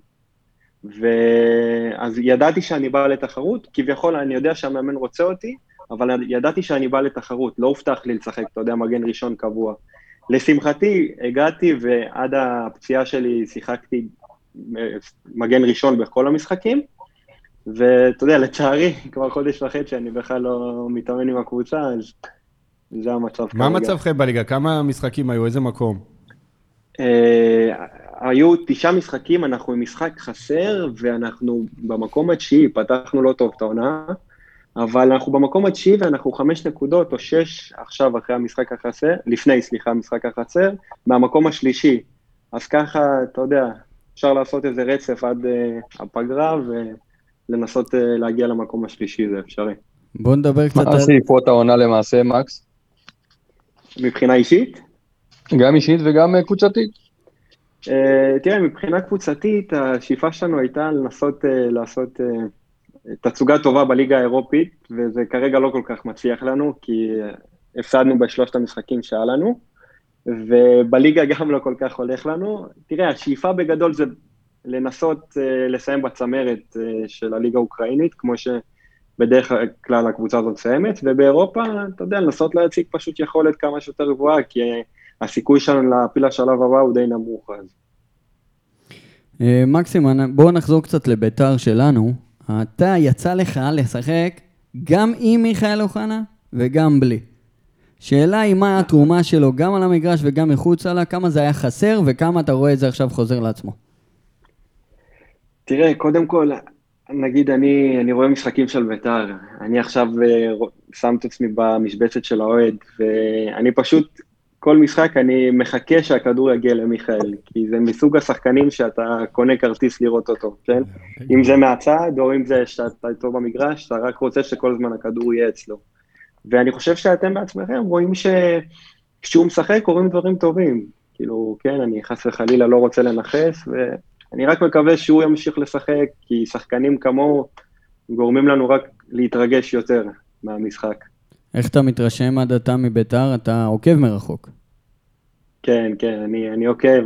ואז ידעתי שאני בא לתחרות, כביכול אני יודע שהמאמן רוצה אותי, אבל ידעתי שאני בא לתחרות, לא הובטח לי לשחק, אתה יודע, מגן ראשון קבוע. לשמחתי, הגעתי ועד הפציעה שלי שיחקתי מגן ראשון בכל המשחקים, ואתה יודע, לצערי, כבר חודש וחצי שאני בכלל לא מתאמן עם הקבוצה, אז זה המצב. מה מצבכם בליגה? כמה משחקים היו? איזה מקום? היו 9 משחקים, אנחנו עם משחק חסר, ואנחנו במקום התשיעי, פתחנו לא טוב את העונה, אבל אנחנו במקום התשיעי, ואנחנו 5 נקודות או 6 עכשיו אחרי המשחק החסר, לפני, המשחק החסר, מהמקום השלישי. אז ככה, אתה יודע, אפשר לעשות איזה רצף עד הפגרה, ולנסות להגיע למקום השלישי, זה אפשרי. בוא נדבר קצת מה שאיפות העונה למעשה, מקס? מבחינה אישית? גם אישית וגם קבוצתית. תראה, מבחינה קבוצתית, השאיפה שלנו הייתה לנסות לעשות תצוגה טובה בליגה האירופית, וזה כרגע לא כל כך מצליח לנו, כי הפסדנו בשלושת המשחקים שהיה לנו, ובליגה גם לא כל כך הולך לנו. תראה, השאיפה בגדול זה לנסות לסיים בצמרת של הליגה האוקראינית, כמו שבדרך כלל הקבוצה הזאת מסיימת, ובאירופה, אתה יודע, לנסות להציג פשוט יכולת כמה שיותר גבוהה, כי הסיכוי שלנו להפיל לשלב הבא הוא די נמוך. מקסים, בואו נחזור קצת לביתר שלנו. אתה יצא לך לשחק גם עם מיכאל אוחנה וגם בלי. שאלה היא מה התרומה שלו גם על המגרש וגם מחוץ עלה, כמה זה היה חסר וכמה אתה רואה את זה עכשיו חוזר לעצמו? תראה, קודם כל, נגיד אני רואה משחקים של ביתר, אני עכשיו שם את עצמי במשבצת של האוהד, ואני פשוט, כל משחק אני מחכה שהכדור יגיע למיכאל, כי זה מסוג השחקנים שאתה קונה כרטיס לראות אותו, כן? אם זה מהצד, או אם זה שאתה איתו במגרש, אתה רק רוצה שכל זמן הכדור יהיה אצלו. ואני חושב שאתם בעצמכם רואים שכשהוא משחק קורים דברים טובים. כאילו, כן, אני חס וחלילה לא רוצה לנחס, ואני רק מקווה שהוא ימשיך לשחק, כי שחקנים כמוהו גורמים לנו רק להתרגש יותר מהמשחק. איך אתה מתרשם עד עתה מביתר? אתה עוקב מרחוק. כן, כן, אני עוקב.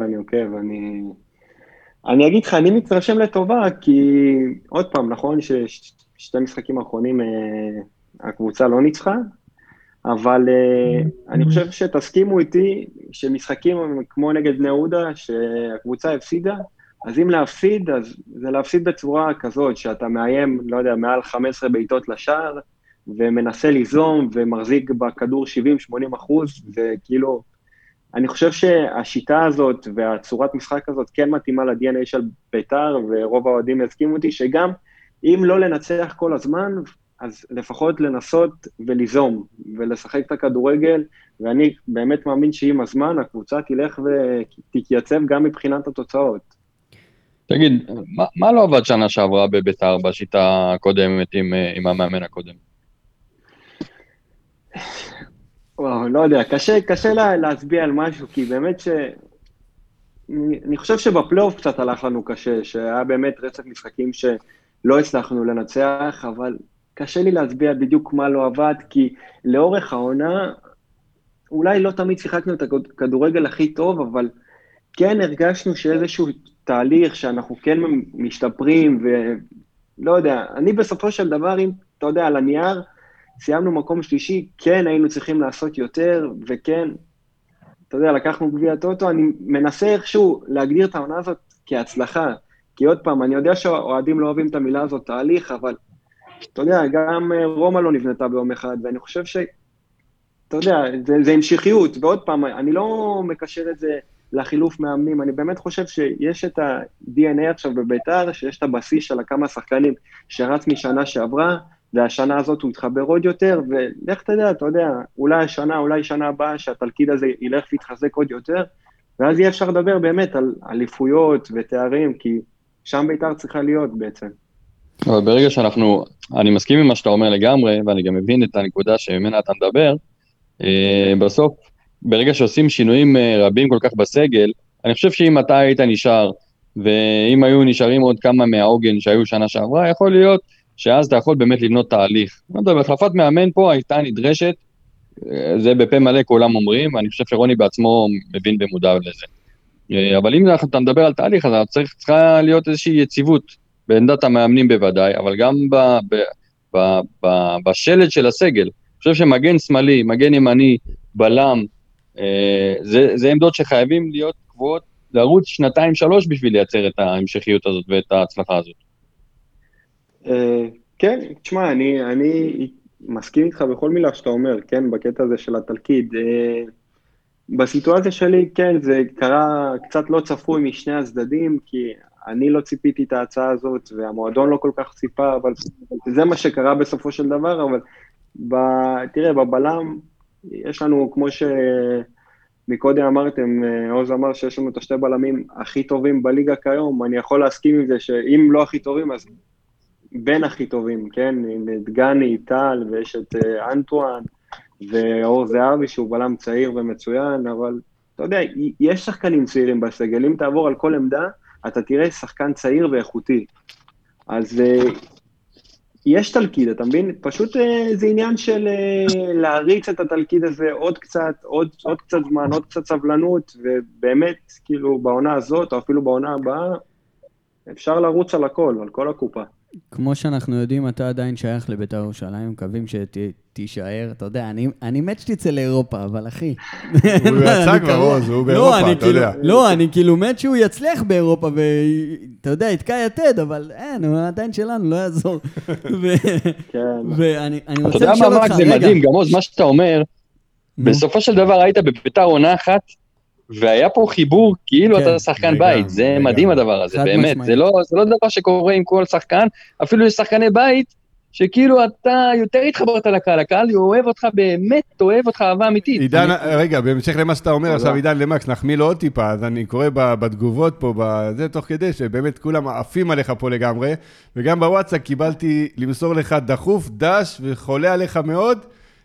אני אגיד לך, אני מתרשם לטובה, כי עוד פעם, נכון ששתי משחקים האחרונים הקבוצה לא ניצחה, אבל אני חושב שתסכימו איתי שמשחקים כמו נגד בני יהודה, שהקבוצה הפסידה, אז אם להפסיד, אז זה להפסיד בצורה כזאת, שאתה מאיים, לא יודע, מעל 15 בעיטות לשער, ומנסה ליזום, ומחזיק בכדור 70-80%, וכאילו, אני חושב שהשיטה הזאת, והצורת משחק הזאת, כן מתאימה ל-DNA של ביתר, ורוב האוהדים יסכימו אותי, שגם אם לא לנצח כל הזמן, אז לפחות לנסות וליזום, ולשחק את הכדורגל, ואני באמת מאמין שעם הזמן הקבוצה תלך ותתייצב גם מבחינת התוצאות. תגיד, מה לא עבד שנה שעברה בביתר בשיטה הקודמת עם המאמן הקודם? וואו, לא יודע, קשה להצביע על משהו, כי באמת אני חושב שבפלייאוף קצת הלך לנו קשה, שהיה באמת רצף משחקים שלא הצלחנו לנצח, אבל קשה לי להצביע בדיוק מה לא עבד, כי לאורך העונה, אולי לא תמיד שיחקנו את הכדורגל הכי טוב, אבל כן הרגשנו שאיזשהו תהליך שאנחנו כן משתפרים, ולא יודע, אני בסופו של דבר, אם אתה יודע, על הנייר, סיימנו מקום שלישי, כן היינו צריכים לעשות יותר, וכן, אתה יודע, לקחנו גביע טוטו, אני מנסה איכשהו להגדיר את העונה הזאת כהצלחה, כי עוד פעם, אני יודע שהאוהדים לא אוהבים את המילה הזאת תהליך, אבל אתה יודע, גם רומא לא נבנתה ביום אחד, ואני חושב אתה יודע, זה המשכיות, ועוד פעם, אני לא מקשר את זה לחילוף מאמנים, אני באמת חושב שיש את ה-DNA עכשיו בביתר, שיש את הבסיס של כמה שחקנים שרץ משנה שעברה, והשנה הזאת הוא יתחבר עוד יותר, ולך אתה יודע, אולי השנה, אולי שנה הבאה, שהתלכיד הזה ילך ויתחזק עוד יותר, ואז יהיה אפשר לדבר באמת על אליפויות ותארים, כי שם ביתר צריכה להיות בעצם. אבל ברגע אני מסכים עם מה שאתה אומר לגמרי, ואני גם מבין את הנקודה שממנה אתה מדבר, בסוף, ברגע שעושים שינויים רבים כל כך בסגל, אני חושב שאם אתה היית נשאר, ואם היו נשארים עוד כמה מהעוגן שהיו שנה שעברה, יכול להיות שאז אתה יכול באמת לבנות תהליך. החלפת מאמן פה הייתה נדרשת, זה בפה מלא כולם אומרים, ואני חושב שרוני בעצמו מבין במודע לזה. אבל אם אתה מדבר על תהליך, אז צריכה להיות איזושהי יציבות, בעמדת המאמנים בוודאי, אבל גם בשלד של הסגל. אני חושב שמגן שמאלי, מגן ימני, בלם, זה עמדות שחייבים להיות קבועות, לרוץ 2-3 בשביל לייצר את ההמשכיות הזאת ואת ההצלחה הזאת. כן, תשמע, אני מסכים איתך בכל מילה שאתה אומר, כן, בקטע הזה של התלכיד. בסיטואציה שלי, כן, זה קרה קצת לא צפוי משני הצדדים, כי אני לא ציפיתי את ההצעה הזאת, והמועדון לא כל כך ציפה, אבל זה מה שקרה בסופו של דבר, אבל תראה, בבלם, יש לנו, כמו שמקודם אמרתם, עוז אמר שיש לנו את השתי בלמים הכי טובים בליגה כיום, אני יכול להסכים עם זה שאם לא הכי טובים, אז בין הכי טובים, כן? את גני, טל, ויש את אנטואן, ואור זהבי, שהוא בלם צעיר ומצוין, אבל אתה יודע, יש שחקנים צעירים בסגל, אם תעבור על כל עמדה, אתה תראה שחקן צעיר ואיכותי. אז יש תלכיד, אתה מבין? פשוט זה עניין של להריץ את התלכיד הזה עוד קצת זמן, עוד קצת סבלנות, ובאמת, כאילו, בעונה הזאת, או אפילו בעונה הבאה, אפשר לרוץ על הכל, על כל הקופה. כמו שאנחנו יודעים, אתה עדיין שייך לבית"ר ירושלים, מקווים שתישאר, אתה יודע, אני מת שתצא לאירופה, אבל אחי. הוא יצא כבר עוז, הוא באירופה, אתה יודע. לא, אני כאילו מת שהוא יצליח באירופה, ואתה יודע, יתקע יתד, אבל אין, הוא עדיין שלנו, לא יעזור. ואני רוצה לשאול אותך, רגע. זה מדהים, גם עוז, מה שאתה אומר, בסופו של דבר היית בבית"ר עונה אחת, והיה פה חיבור כאילו אתה שחקן בית, זה מדהים הדבר הזה, באמת, זה לא דבר שקורה עם כל שחקן, אפילו יש שחקני בית, שכאילו אתה יותר התחברת לקהל, הקהל אוהב אותך באמת, אוהב אותך אהבה אמיתית. עידן, רגע, בהמשך למה שאתה אומר עכשיו, עידן למקס, נחמיא לו עוד טיפה, אז אני קורא בתגובות פה, זה תוך כדי שבאמת כולם עפים עליך פה לגמרי, וגם בוואטסאפ קיבלתי למסור לך דחוף, דש וחולה עליך מאוד,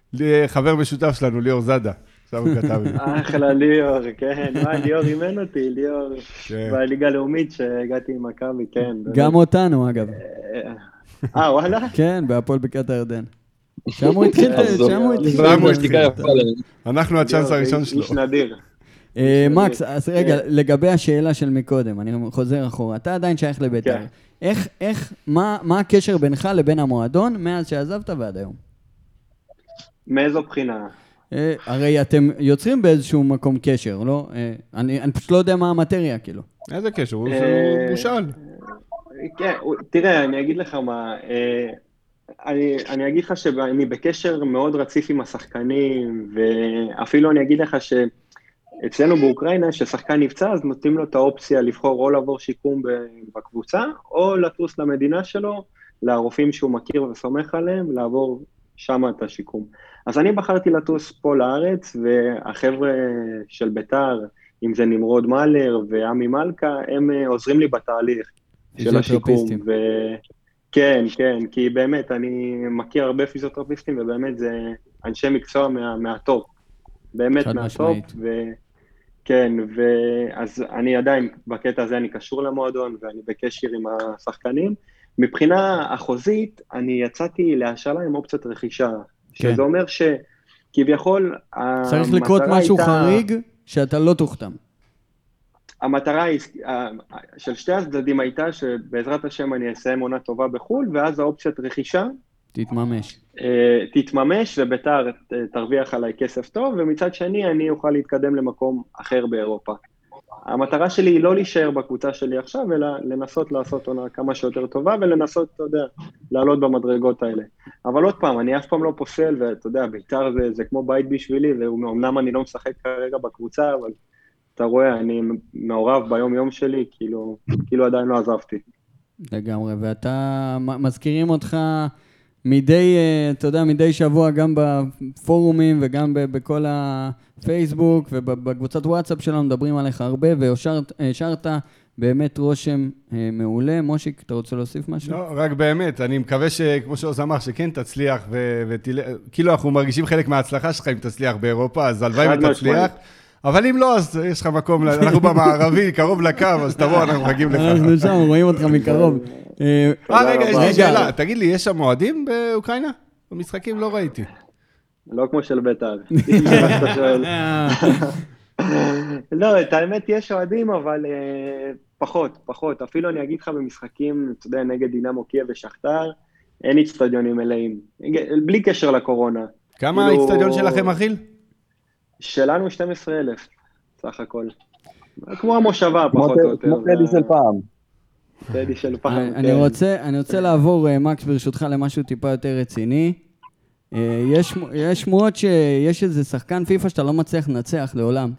חבר משותף שלנו, ליאור זאדה. עכשיו הוא כתב לי. אחלה ליאור, כן. ליאור אימן אותי, ליאור כן. בליגה הלאומית שהגעתי עם מכבי, כן. גם אותנו, אגב. וואלה? כן, בהפועל בקעת הירדן. שם הוא התחיל, שם הוא התחיל. שם הוא השתיקה יפה להם. אנחנו הצ'אנס הראשון שלו. איש נדיר. מקס, אז רגע, לגבי השאלה של מקודם, אני חוזר אחורה. אתה עדיין שייך לבית"ר. כן. מה הקשר בינך לבין המועדון מאז שעזבת ועד היום? מאיזו בחינה? הרי אתם יוצרים באיזשהו מקום קשר, לא? אני פשוט לא יודע מה המטריה, כאילו. איזה קשר? הוא שאל. כן, תראה, אני אגיד לך מה, אני אגיד לך שאני בקשר מאוד רציף עם השחקנים, ואפילו אני אגיד לך שאצלנו באוקראינה, ששחקן נפצע, אז נותנים לו את האופציה לבחור או לעבור שיקום בקבוצה, או לטוס למדינה שלו, לרופאים שהוא מכיר וסומך עליהם, לעבור שם את השיקום. אז אני בחרתי לטוס פה לארץ, והחבר'ה של בית"ר, אם זה נמרוד מאלר ועמי מלכה, הם עוזרים לי בתהליך של השיקום. כן, כן, כי באמת אני מכיר הרבה פיזיותרפיסטים, ובאמת זה אנשי מקצוע מהטופ. באמת מהטופ, כן, אז אני עדיין, בקטע הזה אני קשור למועדון, ואני בקשר עם השחקנים. מבחינה החוזית, אני יצאתי להשאלה עם אופציית רכישה, שזה אומר שכביכול צריך לקרות משהו חריג שאתה לא תוחתם. המטרה של שתי הצדדים הייתה שבעזרת השם אני אסיים עונה טובה בחול, ואז האופציית רכישה תתממש, ובית"ר תרוויח עליי כסף טוב, ומצד שני אני אוכל להתקדם למקום אחר באירופה. המטרה שלי היא לא להישאר בקבוצה שלי עכשיו, אלא לנסות לעשות עונה כמה שיותר טובה, ולנסות, אתה יודע, לעלות במדרגות האלה. אבל עוד פעם, אני אף פעם לא פוסל, ואתה יודע, בית"ר זה כמו בית בשבילי, ואומנם אני לא משחק כרגע בקבוצה, אבל אתה רואה, אני מעורב ביום יום שלי, כאילו עדיין לא עזבתי. לגמרי, ואתה מזכירים אותך אתה יודע, מדי שבוע גם בפורומים וגם בכל הפייסבוק ובקבוצת וואטסאפ שלנו מדברים עליך הרבה, והשארת באמת רושם מעולה. מושיק, אתה רוצה להוסיף משהו? לא, רק באמת, אני מקווה שכמו שעוז אמר, שכן תצליח, כאילו אנחנו מרגישים חלק מההצלחה שלך אם תצליח באירופה, אז הלוואי ותצליח. אבל אם לא, אז יש לך מקום, אנחנו במערבי, קרוב לקו, אז תבוא, אנחנו מגיעים לך. אנחנו שם, רואים אותך מקרוב. רגע, יש לי שאלה. תגיד לי, יש שם מועדים באוקראינה? במשחקים לא ראיתי. לא כמו של בית"ר. לא, את האמת יש אוהדים, אבל פחות. אפילו אני אגיד לך במשחקים, אתה יודע, נגד דינמו קייב ושכתר, אין אצטדיונים מלאים. בלי קשר לקורונה. כמה האצטדיון שלכם מכיל? שלנו 12,000, סך הכל. כמו המושבה, פחות או יותר. כמו טדי של פעם. טדי של פעם, כן. אני רוצה לעבור, מקס, ברשותך, למשהו טיפה יותר רציני. יש שמועות שיש איזה שחקן פיפה שאתה לא מצליח לנצח לעולם.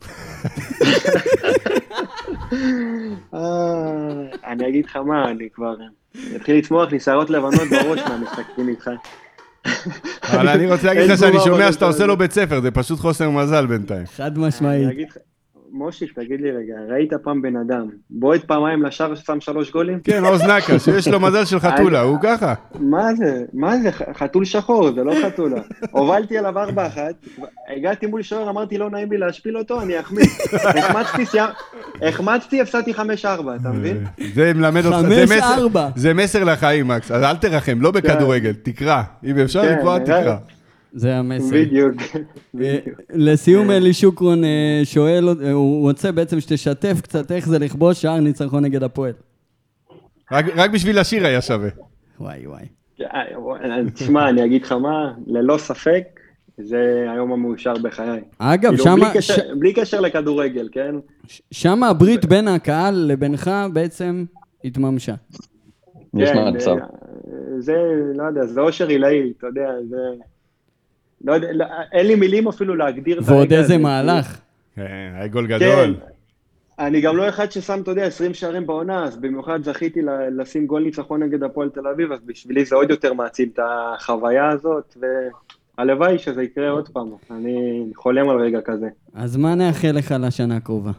אני אגיד לך מה, אני כבר התחיל לצמוח לי שערות לבנות בראש מהמשחקים איתך. אבל אני רוצה להגיד לך שאני שומע שאתה עושה לו בית ספר, זה פשוט חוסר מזל בינתיים. חד משמעית. מושיק, תגיד לי רגע, ראית פעם בן אדם, בועט פעמיים לשער ששם 3 גולים? כן, עוז נקה, שיש לו מזל של חתולה, הוא ככה. מה זה, חתול שחור, זה לא חתולה. הובלתי עליו 4-1, הגעתי מול שוער, אמרתי לא נעים לי להשפיל אותו, אני אחמיץ. החמצתי, הפסדתי 5-4, אתה מבין? זה מלמד אותך, 5-4. זה מסר לחיים, מקס, אז אל תרחם, לא בכדורגל, תקרא, אם אפשר לקרוא, תקרא. זה המסר. בדיוק. לסיום אלי שוקרון שואל, הוא רוצה בעצם שתשתף קצת איך זה לכבוש שער ניצחון נגד הפועל. רק בשביל השיר היה שווה. וואי. תשמע, אני אגיד לך מה, ללא ספק, זה היום המאושר בחיי. אגב, בלי קשר לכדורגל, כן? שם הברית בין הקהל לבינך בעצם התממשה. יש מצב. זה, לא יודע, זה אושר עילאי, אתה יודע, זה... לא יודע, אין לי מילים אפילו להגדיר את הרגע. ועוד איזה מהלך. כן, היה גול גדול. אני גם לא אחד ששם, אתה יודע, 20 שערים בעונה, אז במיוחד זכיתי לשים גול ניצחון נגד הפועל תל אביב, אז בשבילי זה עוד יותר מעצים את החוויה הזאת, והלוואי שזה יקרה עוד פעם. אני חולם על רגע כזה. אז מה נאחל לך לשנה הקרובה?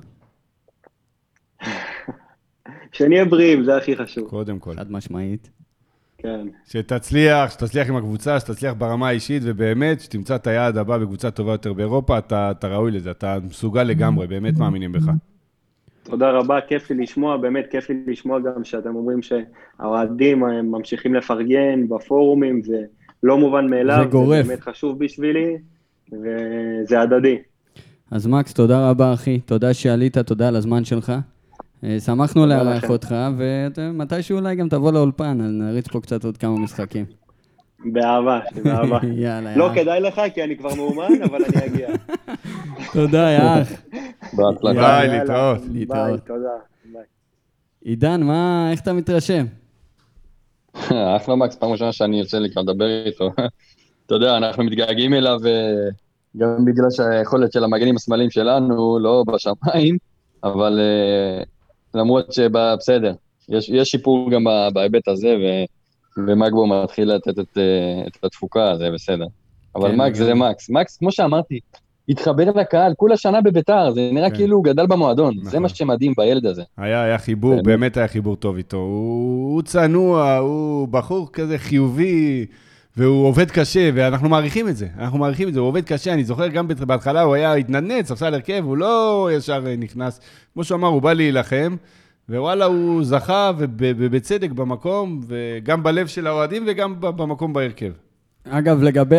שנהיה בריאים, זה הכי חשוב. קודם כל. חד משמעית. כן. שתצליח עם הקבוצה, שתצליח ברמה האישית, ובאמת, שתמצא את היעד הבא בקבוצה טובה יותר באירופה, אתה ראוי לזה, אתה מסוגל לגמרי, באמת מאמינים בך. תודה רבה, כיף לי לשמוע, באמת כיף לי לשמוע גם שאתם אומרים שהאוהדים ממשיכים לפרגן בפורומים, זה לא מובן מאליו, זה גורף. זה באמת חשוב בשבילי, וזה הדדי. אז מקס, תודה רבה, אחי. תודה שעלית, תודה על הזמן שלך. שמחנו לארח אותך, ומתישהו אולי גם תבוא לאולפן, נריץ פה קצת עוד כמה משחקים. באהבה, באהבה. יאללה, לא כדאי לך, כי אני כבר מאומן, אבל אני אגיע. תודה, יא אח. בהצלחה. ביי, להתראות. ביי, תודה. ביי. עידן, איך אתה מתרשם? אחלה מקס, פעם ראשונה שאני יוצא לי כבר לדבר איתו. אתה יודע, אנחנו מתגעגעים אליו, גם בגלל שהיכולת של המגנים השמאליים שלנו לא בשמיים, אבל למרות שבסדר, יש שיפור גם בהיבט הזה, ומגבו מתחיל לתת את התפוקה, זה בסדר. אבל מקס זה מקס. מקס, כמו שאמרתי, התחבר לקהל, כולה שנה בביתר, זה נראה כאילו הוא גדל במועדון, זה מה שמדהים בילד הזה. היה חיבור, באמת היה חיבור טוב איתו. הוא צנוע, הוא בחור כזה חיובי, והוא עובד קשה, ואנחנו מעריכים את זה. הוא עובד קשה, אני זוכר גם בהתחלה, הוא היה התנדנץ, עשה הרכב, הוא לא ישר נכנס. כמו שהוא אמר, הוא בא להילחם, ווואלה, הוא זכה, ובצדק במקום, וגם בלב של האוהדים, וגם במקום בהרכב. אגב, לגבי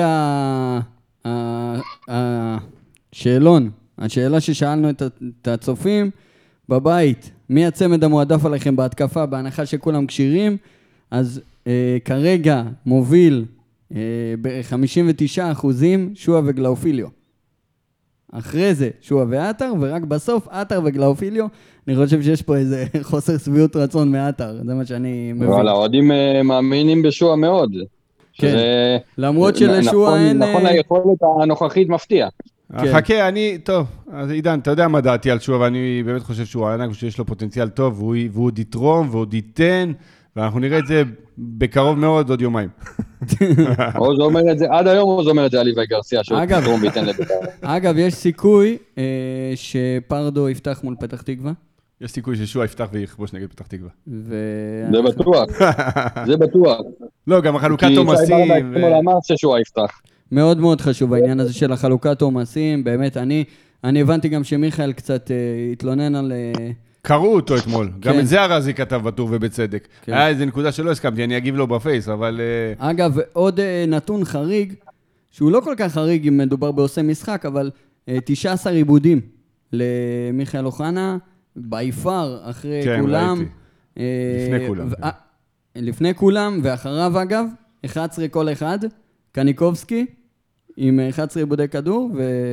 השאלון, השאלה ששאלנו את הצופים בבית, מי הצמד המועדף עליכם בהתקפה, בהנחה שכולם קשירים, אז כרגע מוביל ב-59% שועה וגלאופיליו. אחרי זה שועה ועטר, ורק בסוף עטר וגלאופיליו. אני חושב שיש פה איזה חוסר שביעות רצון מעטר, זה מה שאני מבין. אבל האוהדים מאמינים בשועה מאוד. כן, למרות שלשועה אין... נכון, היכולת הנוכחית מפתיע. חכה, טוב, אז עידן, אתה יודע מה דעתי על שועה, ואני באמת חושב שהוא ענק ושיש לו פוטנציאל טוב, והוא עוד יתרום ועוד ייתן, ואנחנו נראה את זה בקרוב מאוד, עוד יומיים. עוז אומר את זה, עד היום עוז אומר את זה על ליווי גרסיה, שהוא יתרום וייתן לביתר. אגב, יש סיכוי שפרדו יפתח מול פתח תקווה. יש סיכוי ששועה יפתח ויכבוש נגד פתח תקווה. זה בטוח, זה בטוח. לא, גם החלוקת עומסים. כי שי ברדה אמר ששועה יפתח. מאוד מאוד חשוב העניין הזה של החלוקת עומסים, באמת, אני הבנתי גם שמיכאל קצת התלונן על... קראו אותו אתמול, גם את זה הרזי כתב בטור ובצדק. היה איזו נקודה שלא הסכמתי, אני אגיב לו בפייס, אבל... אגב, עוד נתון חריג, שהוא לא כל כך חריג אם מדובר בעושה משחק, אבל 19 עיבודים למיכאל אוחנה, ביפר, אחרי כולם. כן, ראיתי. לפני כולם. לפני כולם, ואחריו אגב, 11 כל אחד, קניקובסקי, עם 11 עיבודי כדור,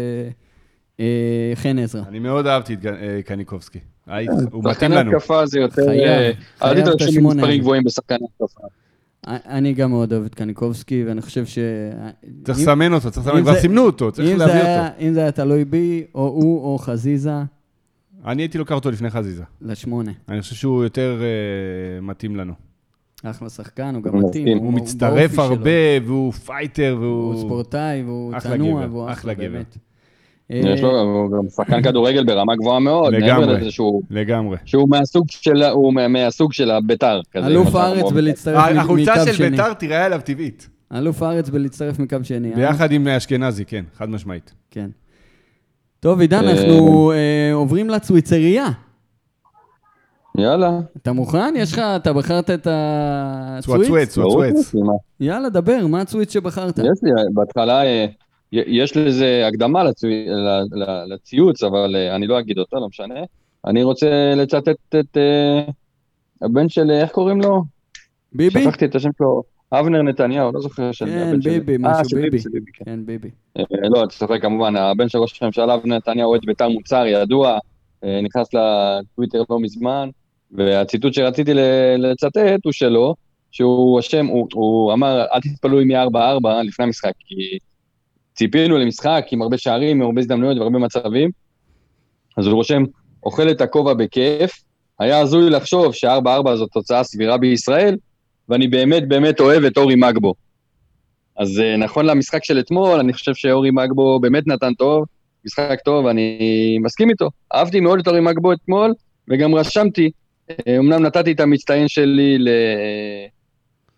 וחן עזרא. אני מאוד אהבתי את קניקובסקי. הוא מתאים לנו. שחקן התקפה זה יותר... אל תתרשם מספרים גבוהים בשחקן התקפה. אני גם מאוד אוהב את קניקובסקי, ואני חושב ש... צריך לסמן אותו, כבר סימנו אותו, צריך להביא אותו. אם זה היה תלוי בי, או הוא או חזיזה. אני הייתי לוקח אותו לפני חזיזה. ל8. אני חושב שהוא יותר מתאים לנו. אחלה שחקן, הוא גם מתאים. הוא מצטרף הרבה, והוא פייטר, הוא ספורטאי, והוא צנוע, והוא אחלה באמת. יש לו גם שחקן כדורגל ברמה גבוהה מאוד. לגמרי. שהוא מהסוג של הביתר. אלוף הארץ בלהצטרף מקו שני. החולצה של ביתר תראה עליו טבעית. אלוף הארץ בלהצטרף מקו שני. ביחד עם אשכנזי, כן, חד משמעית. כן. טוב, עידן, אנחנו עוברים לצוויצריה. יאללה. אתה מוכן? אתה בחרת את הצוויץ? צוויץ. יאללה, דבר, מה הצוויץ שבחרת? יש לי, בהתחלה יש לזה הקדמה לציוץ, אבל אני לא אגיד אותו, לא משנה. אני רוצה לצטט את הבן של, איך קוראים לו? ביבי? שכחתי את השם שלו, אבנר נתניהו, לא זוכר של כן, ביבי, משהו ביבי. כן, ביבי. לא, אתה זוכר כמובן, הבן של ראש הממשלה, אבנר נתניהו, אוהד בית"ר מוצר, ידוע, נכנס לטוויטר לא מזמן, והציטוט שרציתי לצטט הוא שלו, שהוא השם, הוא אמר, אל תתפלו עם 4-4 לפני המשחק, כי ציפינו למשחק עם הרבה שערים, עם הרבה הזדמנויות והרבה מצבים, אז הוא רושם, אוכל את הכובע בכיף, היה הזוי לחשוב ש4-4 זאת תוצאה סבירה בישראל, ואני באמת באמת אוהב את אורי מגבו. אז נכון למשחק של אתמול, אני חושב שאורי מגבו באמת נתן טוב, משחק טוב, אני מסכים איתו. אהבתי מאוד את אורי מגבו אתמול, וגם רשמתי, אמנם נתתי את המצטיין שלי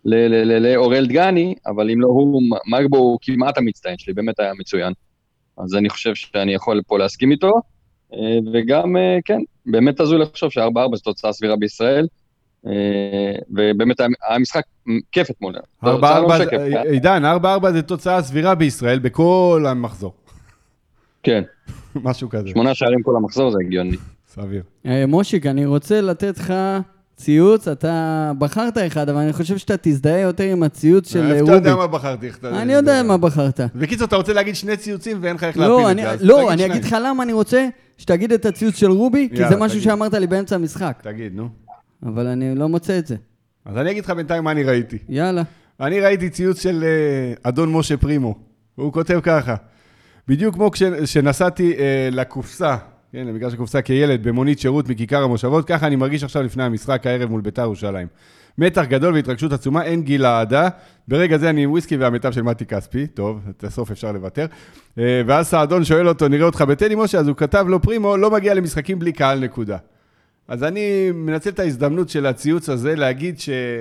לאורל דגני, אבל אם לא הוא, מגבו הוא כמעט המצטיין שלי, באמת היה מצוין. אז אני חושב שאני יכול פה להסכים איתו, וגם, כן, באמת הזוי לחשוב ש4-4 זו תוצאה סבירה בישראל, ובאמת היה משחק כיף אתמול. 4-4, עידן, 4-4 זה תוצאה סבירה בישראל בכל המחזור. כן. משהו כזה. 8 שערים כל המחזור, זה הגיוני. סביר. מושיק, אני רוצה לתת לך ציוץ, אתה בחרת אחד, אבל אני חושב שאתה תזדהה יותר עם הציוץ של רובי. אתה יודע מה בחרתי. אני יודע מה בחרת. בקיצור, אתה רוצה להגיד 2 ציוצים ואין לך איך להפיל את זה. לא, אני אגיד לך למה אני רוצה שתגיד את הציוץ של רובי, כי זה משהו שאמרת לי באמצע המשחק. תגיד, נו. אבל אני לא מוצא את זה. אז אני אגיד לך בינתיים מה אני ראיתי. יאללה. אני ראיתי ציוץ של אדון משה פרימו. הוא כותב ככה, בדיוק כמו כשנסעתי לקופסה, כן, למגרש הקופסה כילד במונית שירות מכיכר המושבות, ככה אני מרגיש עכשיו לפני המשחק הערב מול בית"ר ירושלים. מתח גדול והתרגשות עצומה, אין גיל העדה. ברגע זה אני עם וויסקי והמיטב של מתי כספי, טוב, את הסוף אפשר לוותר. ואז סעדון שואל אותו, נראה אותך בטדי משה, אז הוא כתב לו, פרימו לא מגיע למשחקים בלי קהל נקודה. אז אני מנצל את ההזדמנות של הציוץ הזה להגיד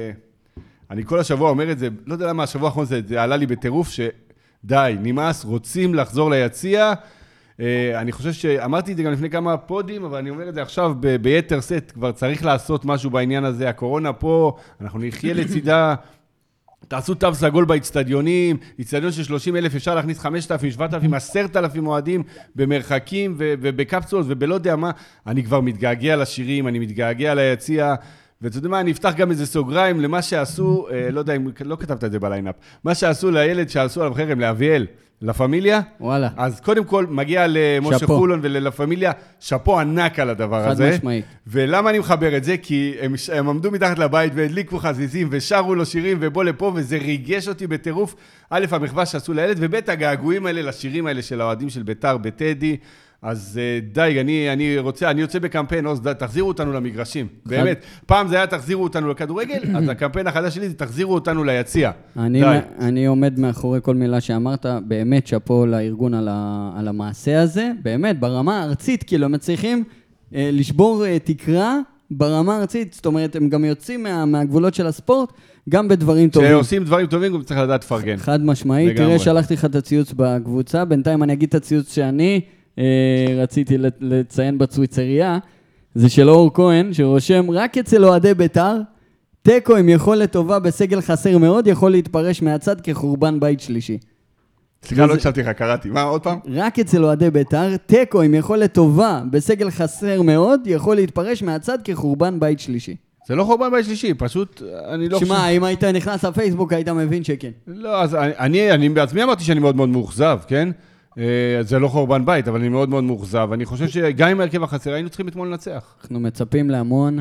אני כל השבוע אומר את זה, לא יודע למה השבוע האחרון זה עלה לי בטירוף שדי, נמאס, רוצים לחזור ליציע. אני חושב שאמרתי את זה גם לפני כמה פודים, אבל אני אומר את זה עכשיו ביתר סט, כבר צריך לעשות משהו בעניין הזה. הקורונה פה, אנחנו נחיה לצידה, תעשו תו סגול באצטדיונים, אצטדיון של 30,000 אפשר להכניס 5,000, 7,000, 10,000 אוהדים במרחקים ובקפסולות ובלא יודע מה. אני כבר מתגעגע לשירים, אני מתגעגע ליציע, ואתה יודע מה, אני אפתח גם איזה סוגריים למה שעשו, לא יודע אם לא כתבת את זה בליינאפ, מה שעשו לילד שעשו עליו חרם, לאביאל, לפמיליה. וואלה. אז קודם כל מגיע למשה חולון ולפמיליה, שפו ענק על הדבר הזה. חד משמעית. ולמה אני מחבר את זה? כי הם עמדו מתחת לבית והדליקו חזיזים ושרו לו שירים ובוא לפה, וזה ריגש אותי בטירוף. א', המחווה שעשו לילד, וב', הגעגועים האלה לשירים האלה של האוהדים של בית"ר בטדי. אז די, אני יוצא בקמפיין, תחזירו אותנו למגרשים, באמת. פעם זה היה תחזירו אותנו לכדורגל, אז הקמפיין החדש שלי זה תחזירו אותנו ליציע. אני עומד מאחורי כל מילה שאמרת, באמת שפו לארגון על המעשה הזה, באמת, ברמה הארצית, כאילו הם מצליחים לשבור תקרה ברמה הארצית, זאת אומרת, הם גם יוצאים מהגבולות של הספורט, גם בדברים טובים. כשעושים דברים טובים, גם צריך לדעת לפרגן. חד משמעית, תראה, שלחתי לך את הציוץ בקבוצה, בינתיים אני אגיד את הציוץ שאני רציתי לציין בצוויצריה, זה של אור כהן, שרושם רק אצל אוהדי בית"ר, טקו עם יכולת טובה בסגל חסר מאוד, יכול להתפרש מהצד כחורבן בית שלישי. סליחה, לא הקשבתי לך, קראתי. מה, עוד פעם? רק אצל אוהדי בית"ר, טקו עם יכולת טובה בסגל חסר מאוד, יכול להתפרש מהצד כחורבן בית שלישי. זה לא חורבן בית שלישי, פשוט אני לא חושב... שמע, אם היית נכנס לפייסבוק, היית מבין שכן. לא, אז אני בעצמי אמרתי שאני מאוד מאוד מאוכזב, כן? זה לא חורבן בית, אבל אני מאוד מאוד מאוכזב. אני חושב שגם עם הרכב החסר, היינו צריכים אתמול לנצח. אנחנו מצפים להמון,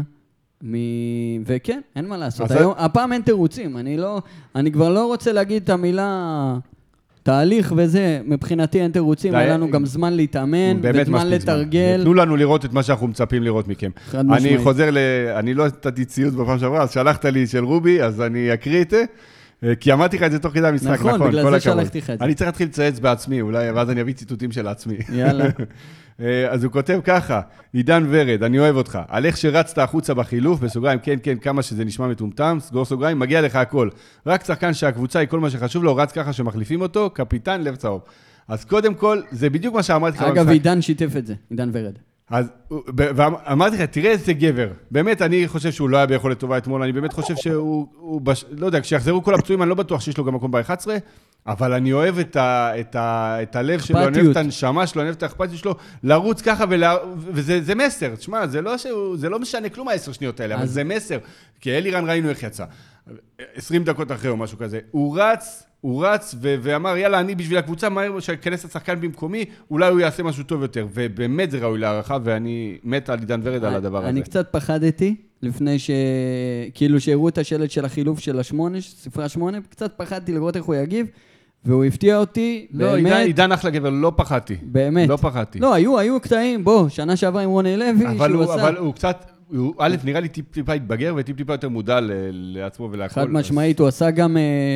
וכן, אין מה לעשות. היום, הפעם אין תירוצים. אני כבר לא רוצה להגיד את המילה תהליך וזה. מבחינתי אין תירוצים, היה לנו גם זמן להתאמן, וזמן לתרגל. תנו לנו לראות את מה שאנחנו מצפים לראות מכם. אני חוזר אני לא נתתי ציוץ בפעם שעברה, אז שלחת לי של רובי, אז אני אקריא את זה. כי אמרתי לך את זה תוך כדי המשחק, נכון, בגלל זה שלחתי לך את זה. אני צריך להתחיל לצייץ בעצמי, אולי, ואז אני אביא ציטוטים של עצמי. יאללה. אז הוא כותב ככה, עידן ורד, אני אוהב אותך, על איך שרצת החוצה בחילוף, בסוגריים, כן, כן, כמה שזה נשמע מטומטם, סגור סוגריים, מגיע לך הכל. רק שחקן שהקבוצה היא כל מה שחשוב לו, רץ ככה שמחליפים אותו, קפיטן לב צהוב. אז קודם כל, זה בדיוק מה שאמרתי לך. אגב, עידן שיתף את זה, עידן ורד. אז, ואמרתי לך, תראה איזה גבר. באמת, אני חושב שהוא לא היה ביכולת טובה אתמול, אני באמת חושב שהוא לא יודע, כשיחזרו כל הפצועים, אני לא בטוח שיש לו גם מקום ב-11, אבל אני אוהב את הלב שלו, אני אוהב את הנשמה שלו, אני אוהב את האכפתיות שלו, לרוץ ככה, וזה מסר. תשמע, זה לא משנה כלום 10 שניות האלה, אבל זה מסר. כי אלירן ראינו איך יצא. 20 דקות אחרי או משהו כזה. הוא רץ ואמר, יאללה, אני בשביל הקבוצה, מהר שכנס השחקן במקומי, אולי הוא יעשה משהו טוב יותר. ובאמת זה ראוי להערכה, ואני מת על עידן ורד על הדבר הזה. אני קצת פחדתי, לפני כאילו שהראו את השלט של החילוף של ספרה 8, קצת פחדתי לראות איך הוא יגיב, והוא הפתיע אותי, באמת. לא, עידן אחלה גבר, לא פחדתי. באמת. לא פחדתי. לא, היו קטעים, שנה שעברה עם רוני לוי, אבל הוא קצת... א', נראה לי טיפ-טיפה התבגר וטיפ-טיפה יותר מודע לעצמו ולהכל. חד משמעית, הוא עשה גם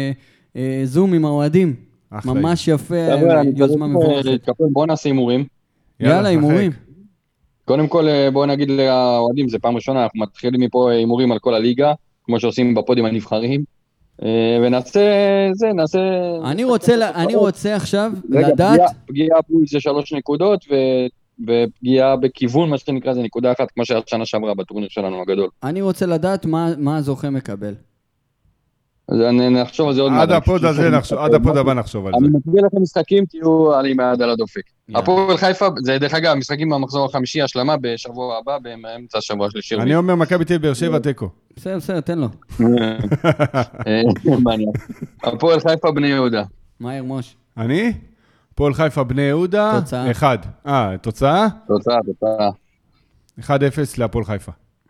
זום עם האוהדים. ממש יפה, יוזמה מבורכת. בוא נעשה הימורים. יאללה, הימורים. קודם כל, בוא נגיד לאוהדים, זה פעם ראשונה, אנחנו מתחילים מפה הימורים על כל הליגה, כמו שעושים בפודים הנבחרים. ונעשה זה, נעשה... אני רוצה עכשיו רגע, לדעת... פגיעה בול זה 3 נקודות, ופגיעה בכיוון, מה שנקרא, זה נקודה אחת, כמו שהיה שנה שעברה בטורניר שלנו הגדול. אני רוצה לדעת מה הזוכה מקבל. אז נחשוב על זה עוד מעט. עד הפוד הבא נחשוב על זה. אני מקבל לכם משחקים, תהיו אני מעד על הדופק. הפועל חיפה, זה דרך אגב, משחקים במחזור החמישי, השלמה בשבוע הבא, באמצע השבוע השלישי. אני אומר מכבי תל אביב באר שבע תיקו. בסדר, תן לו. מעניין. הפועל חיפה בני יהודה. מהר מוש. אני? הפועל חיפה בני יהודה. תוצאה. 1. תוצאה? תוצאה. 1-0 להפועל חיפה.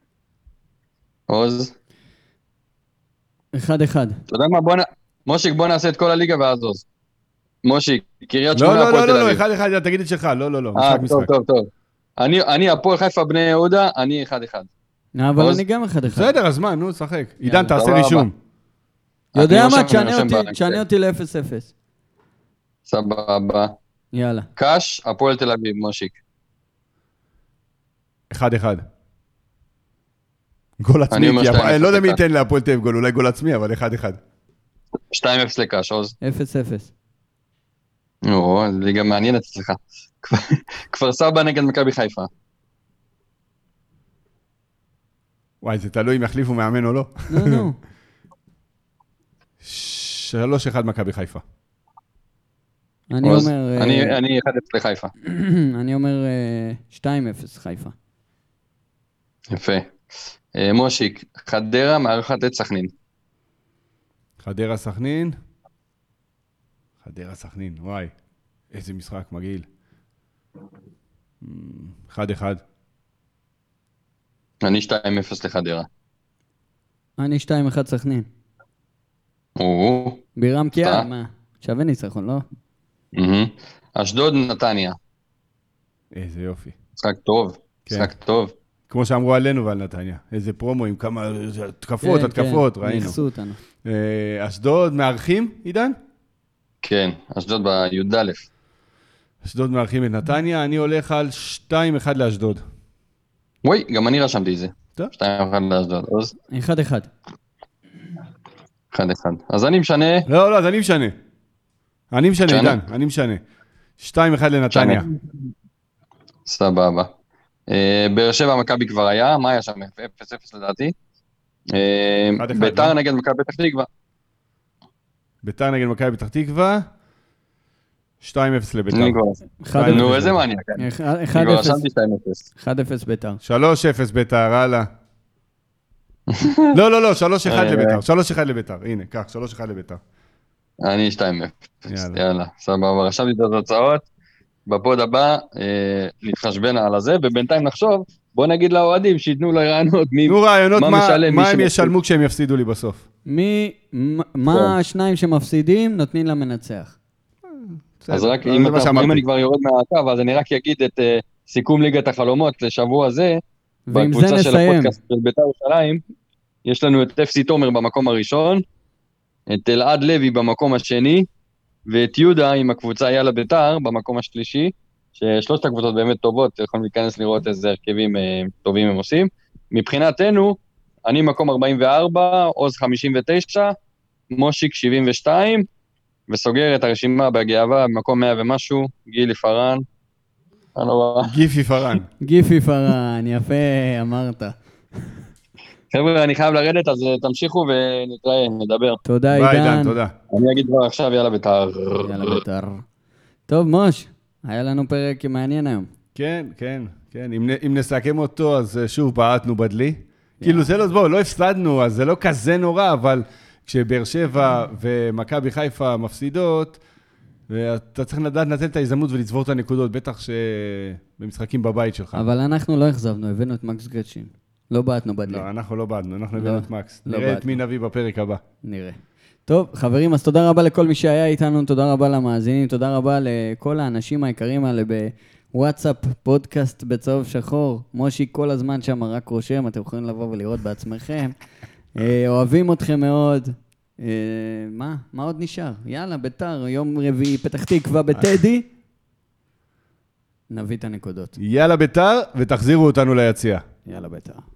עוז. 1-1. אתה יודע מה, מושיק, בוא נעשה את כל הליגה ואז עוז. מושיק, קריית לא, שמונה, הפועל תל אביב. לא, 1-1, תגיד את שלך, לא, משחק משחק. טוב. אני הפועל חיפה בני יהודה, אני 1-1. אבל אני גם 1-1. בסדר, אז מה, נו, שחק. עידן, תעשה רישום. יודע מה, תשנה אותי ל-0-0. סבבה. יאללה. קש, הפועל תל אביב, מושיק. 1-1. גול עצמי, אומר 2-0 אני לא יודע מי ייתן להפועל תל אביב גול, אולי גול עצמי, אבל 1-1. 2-0 לקש, עוז. 0-0. זה ליגה מעניינת אצלך. כפר סבא נגד מכבי חיפה. וואי, זה תלוי אם יחליפו מאמן או לא. נו. 3-1 מכבי חיפה. אני אומר... אני 1-0 לחיפה. אני אומר 2-0 חיפה. יפה. מושיק, חדרה מארחת את סכנין. חדרה סכנין, וואי, איזה משחק מגעיל. 1-1. אני 2-0 לחדרה. אני 2-1 סכנין. בירם קיאל, מה? שווה ניצחון, לא? אשדוד נתניה. איזה יופי. משחק טוב. כמו שאמרו עלינו ועל נתניה. איזה פרומו עם כמה התקפות, ראינו. נכסו אותנו. אשדוד מארחים, עידן? כן, אשדוד בי"א. אשדוד מארחים את נתניה, אני הולך על 2-1 לאשדוד. וואי, גם אני רשמתי את זה. טוב. 2-1 לאשדוד. 1-1. אז אני משנה... לא, אז אני משנה. עידן, אני משנה. 2-1 לנתניה. סבבה. באר שבע מכבי כבר היה, מה היה שם? 0-0 לדעתי. ביתר נגד מכבי פתח תקווה. ביתר נגד מכבי פתח תקווה. 2-0 לביתר. נו, איזה מעניין. 1-0. כבר רשמתי 2-0. 1-0 ביתר. 3-0 ביתר, הלאה. לא, 3-1 לביתר. 3-1 לביתר. הנה, קח, 3-1 לביתר. אני 2-0. יאללה, סבבה. רשמתי את התוצאות. בפוד הבא נתחשבן על הזה, ובינתיים נחשוב, בוא נגיד לאוהדים שיתנו לו רעיונות, מה הם ישלמו כשהם יפסידו לי בסוף? מה השניים שמפסידים נותנים למנצח? אז רק אם אני כבר יורד מהקו, אז אני רק אגיד את סיכום ליגת החלומות לשבוע הזה, בקבוצה של הפודקאסט של בית"ר ירושלים, יש לנו את FC תומר במקום הראשון, את אלעד לוי במקום השני, ואת יהודה עם הקבוצה יאללה בית"ר במקום השלישי, ששלושת הקבוצות באמת טובות, יכולים להיכנס לראות איזה הרכבים טובים הם עושים. מבחינתנו, אני מקום 44, עוז 59, מושיק 72, וסוגר את הרשימה בגאווה במקום 100 ומשהו, גילי פרן. גיפי פרן, יפה, אמרת. חבר'ה, אני חייב לרדת, אז תמשיכו ונתראה, נדבר. תודה, עידן. תודה. אני אגיד כבר עכשיו, יאללה בית"ר. יאללה בית"ר. טוב, מוש, היה לנו פרק מעניין היום. כן. אם נסכם אותו, אז שוב בעטנו בדלי. כאילו זה לא הפסדנו, אז זה לא כזה נורא, אבל כשבאר שבע ומכבי חיפה מפסידות, אתה צריך לדעת לנצל את ההזדמנות ולצבור את הנקודות, בטח שבמשחקים בבית שלך. אבל אנחנו לא החזבנו, הבאנו את מקס גרצ'ין. לא בעטנו בדלי. לא, אנחנו לא בעטנו, אנחנו הבאנו את מקס. נראה את מי נביא בפרק הבא. נראה. טוב, חברים, אז תודה רבה לכל מי שהיה איתנו, תודה רבה למאזינים, תודה רבה לכל האנשים היקרים האלה בוואטסאפ, פודקאסט בצהוב שחור. מושי כל הזמן שם רק רושם, אתם יכולים לבוא ולראות בעצמכם. אוהבים אתכם מאוד. מה עוד נשאר? יאללה, בית"ר, יום רביעי, פתח תקווה בטדי. נביא את הנקודות. יאללה בית"ר, ותחזירו אותנו ליציאה. יאללה בית"ר.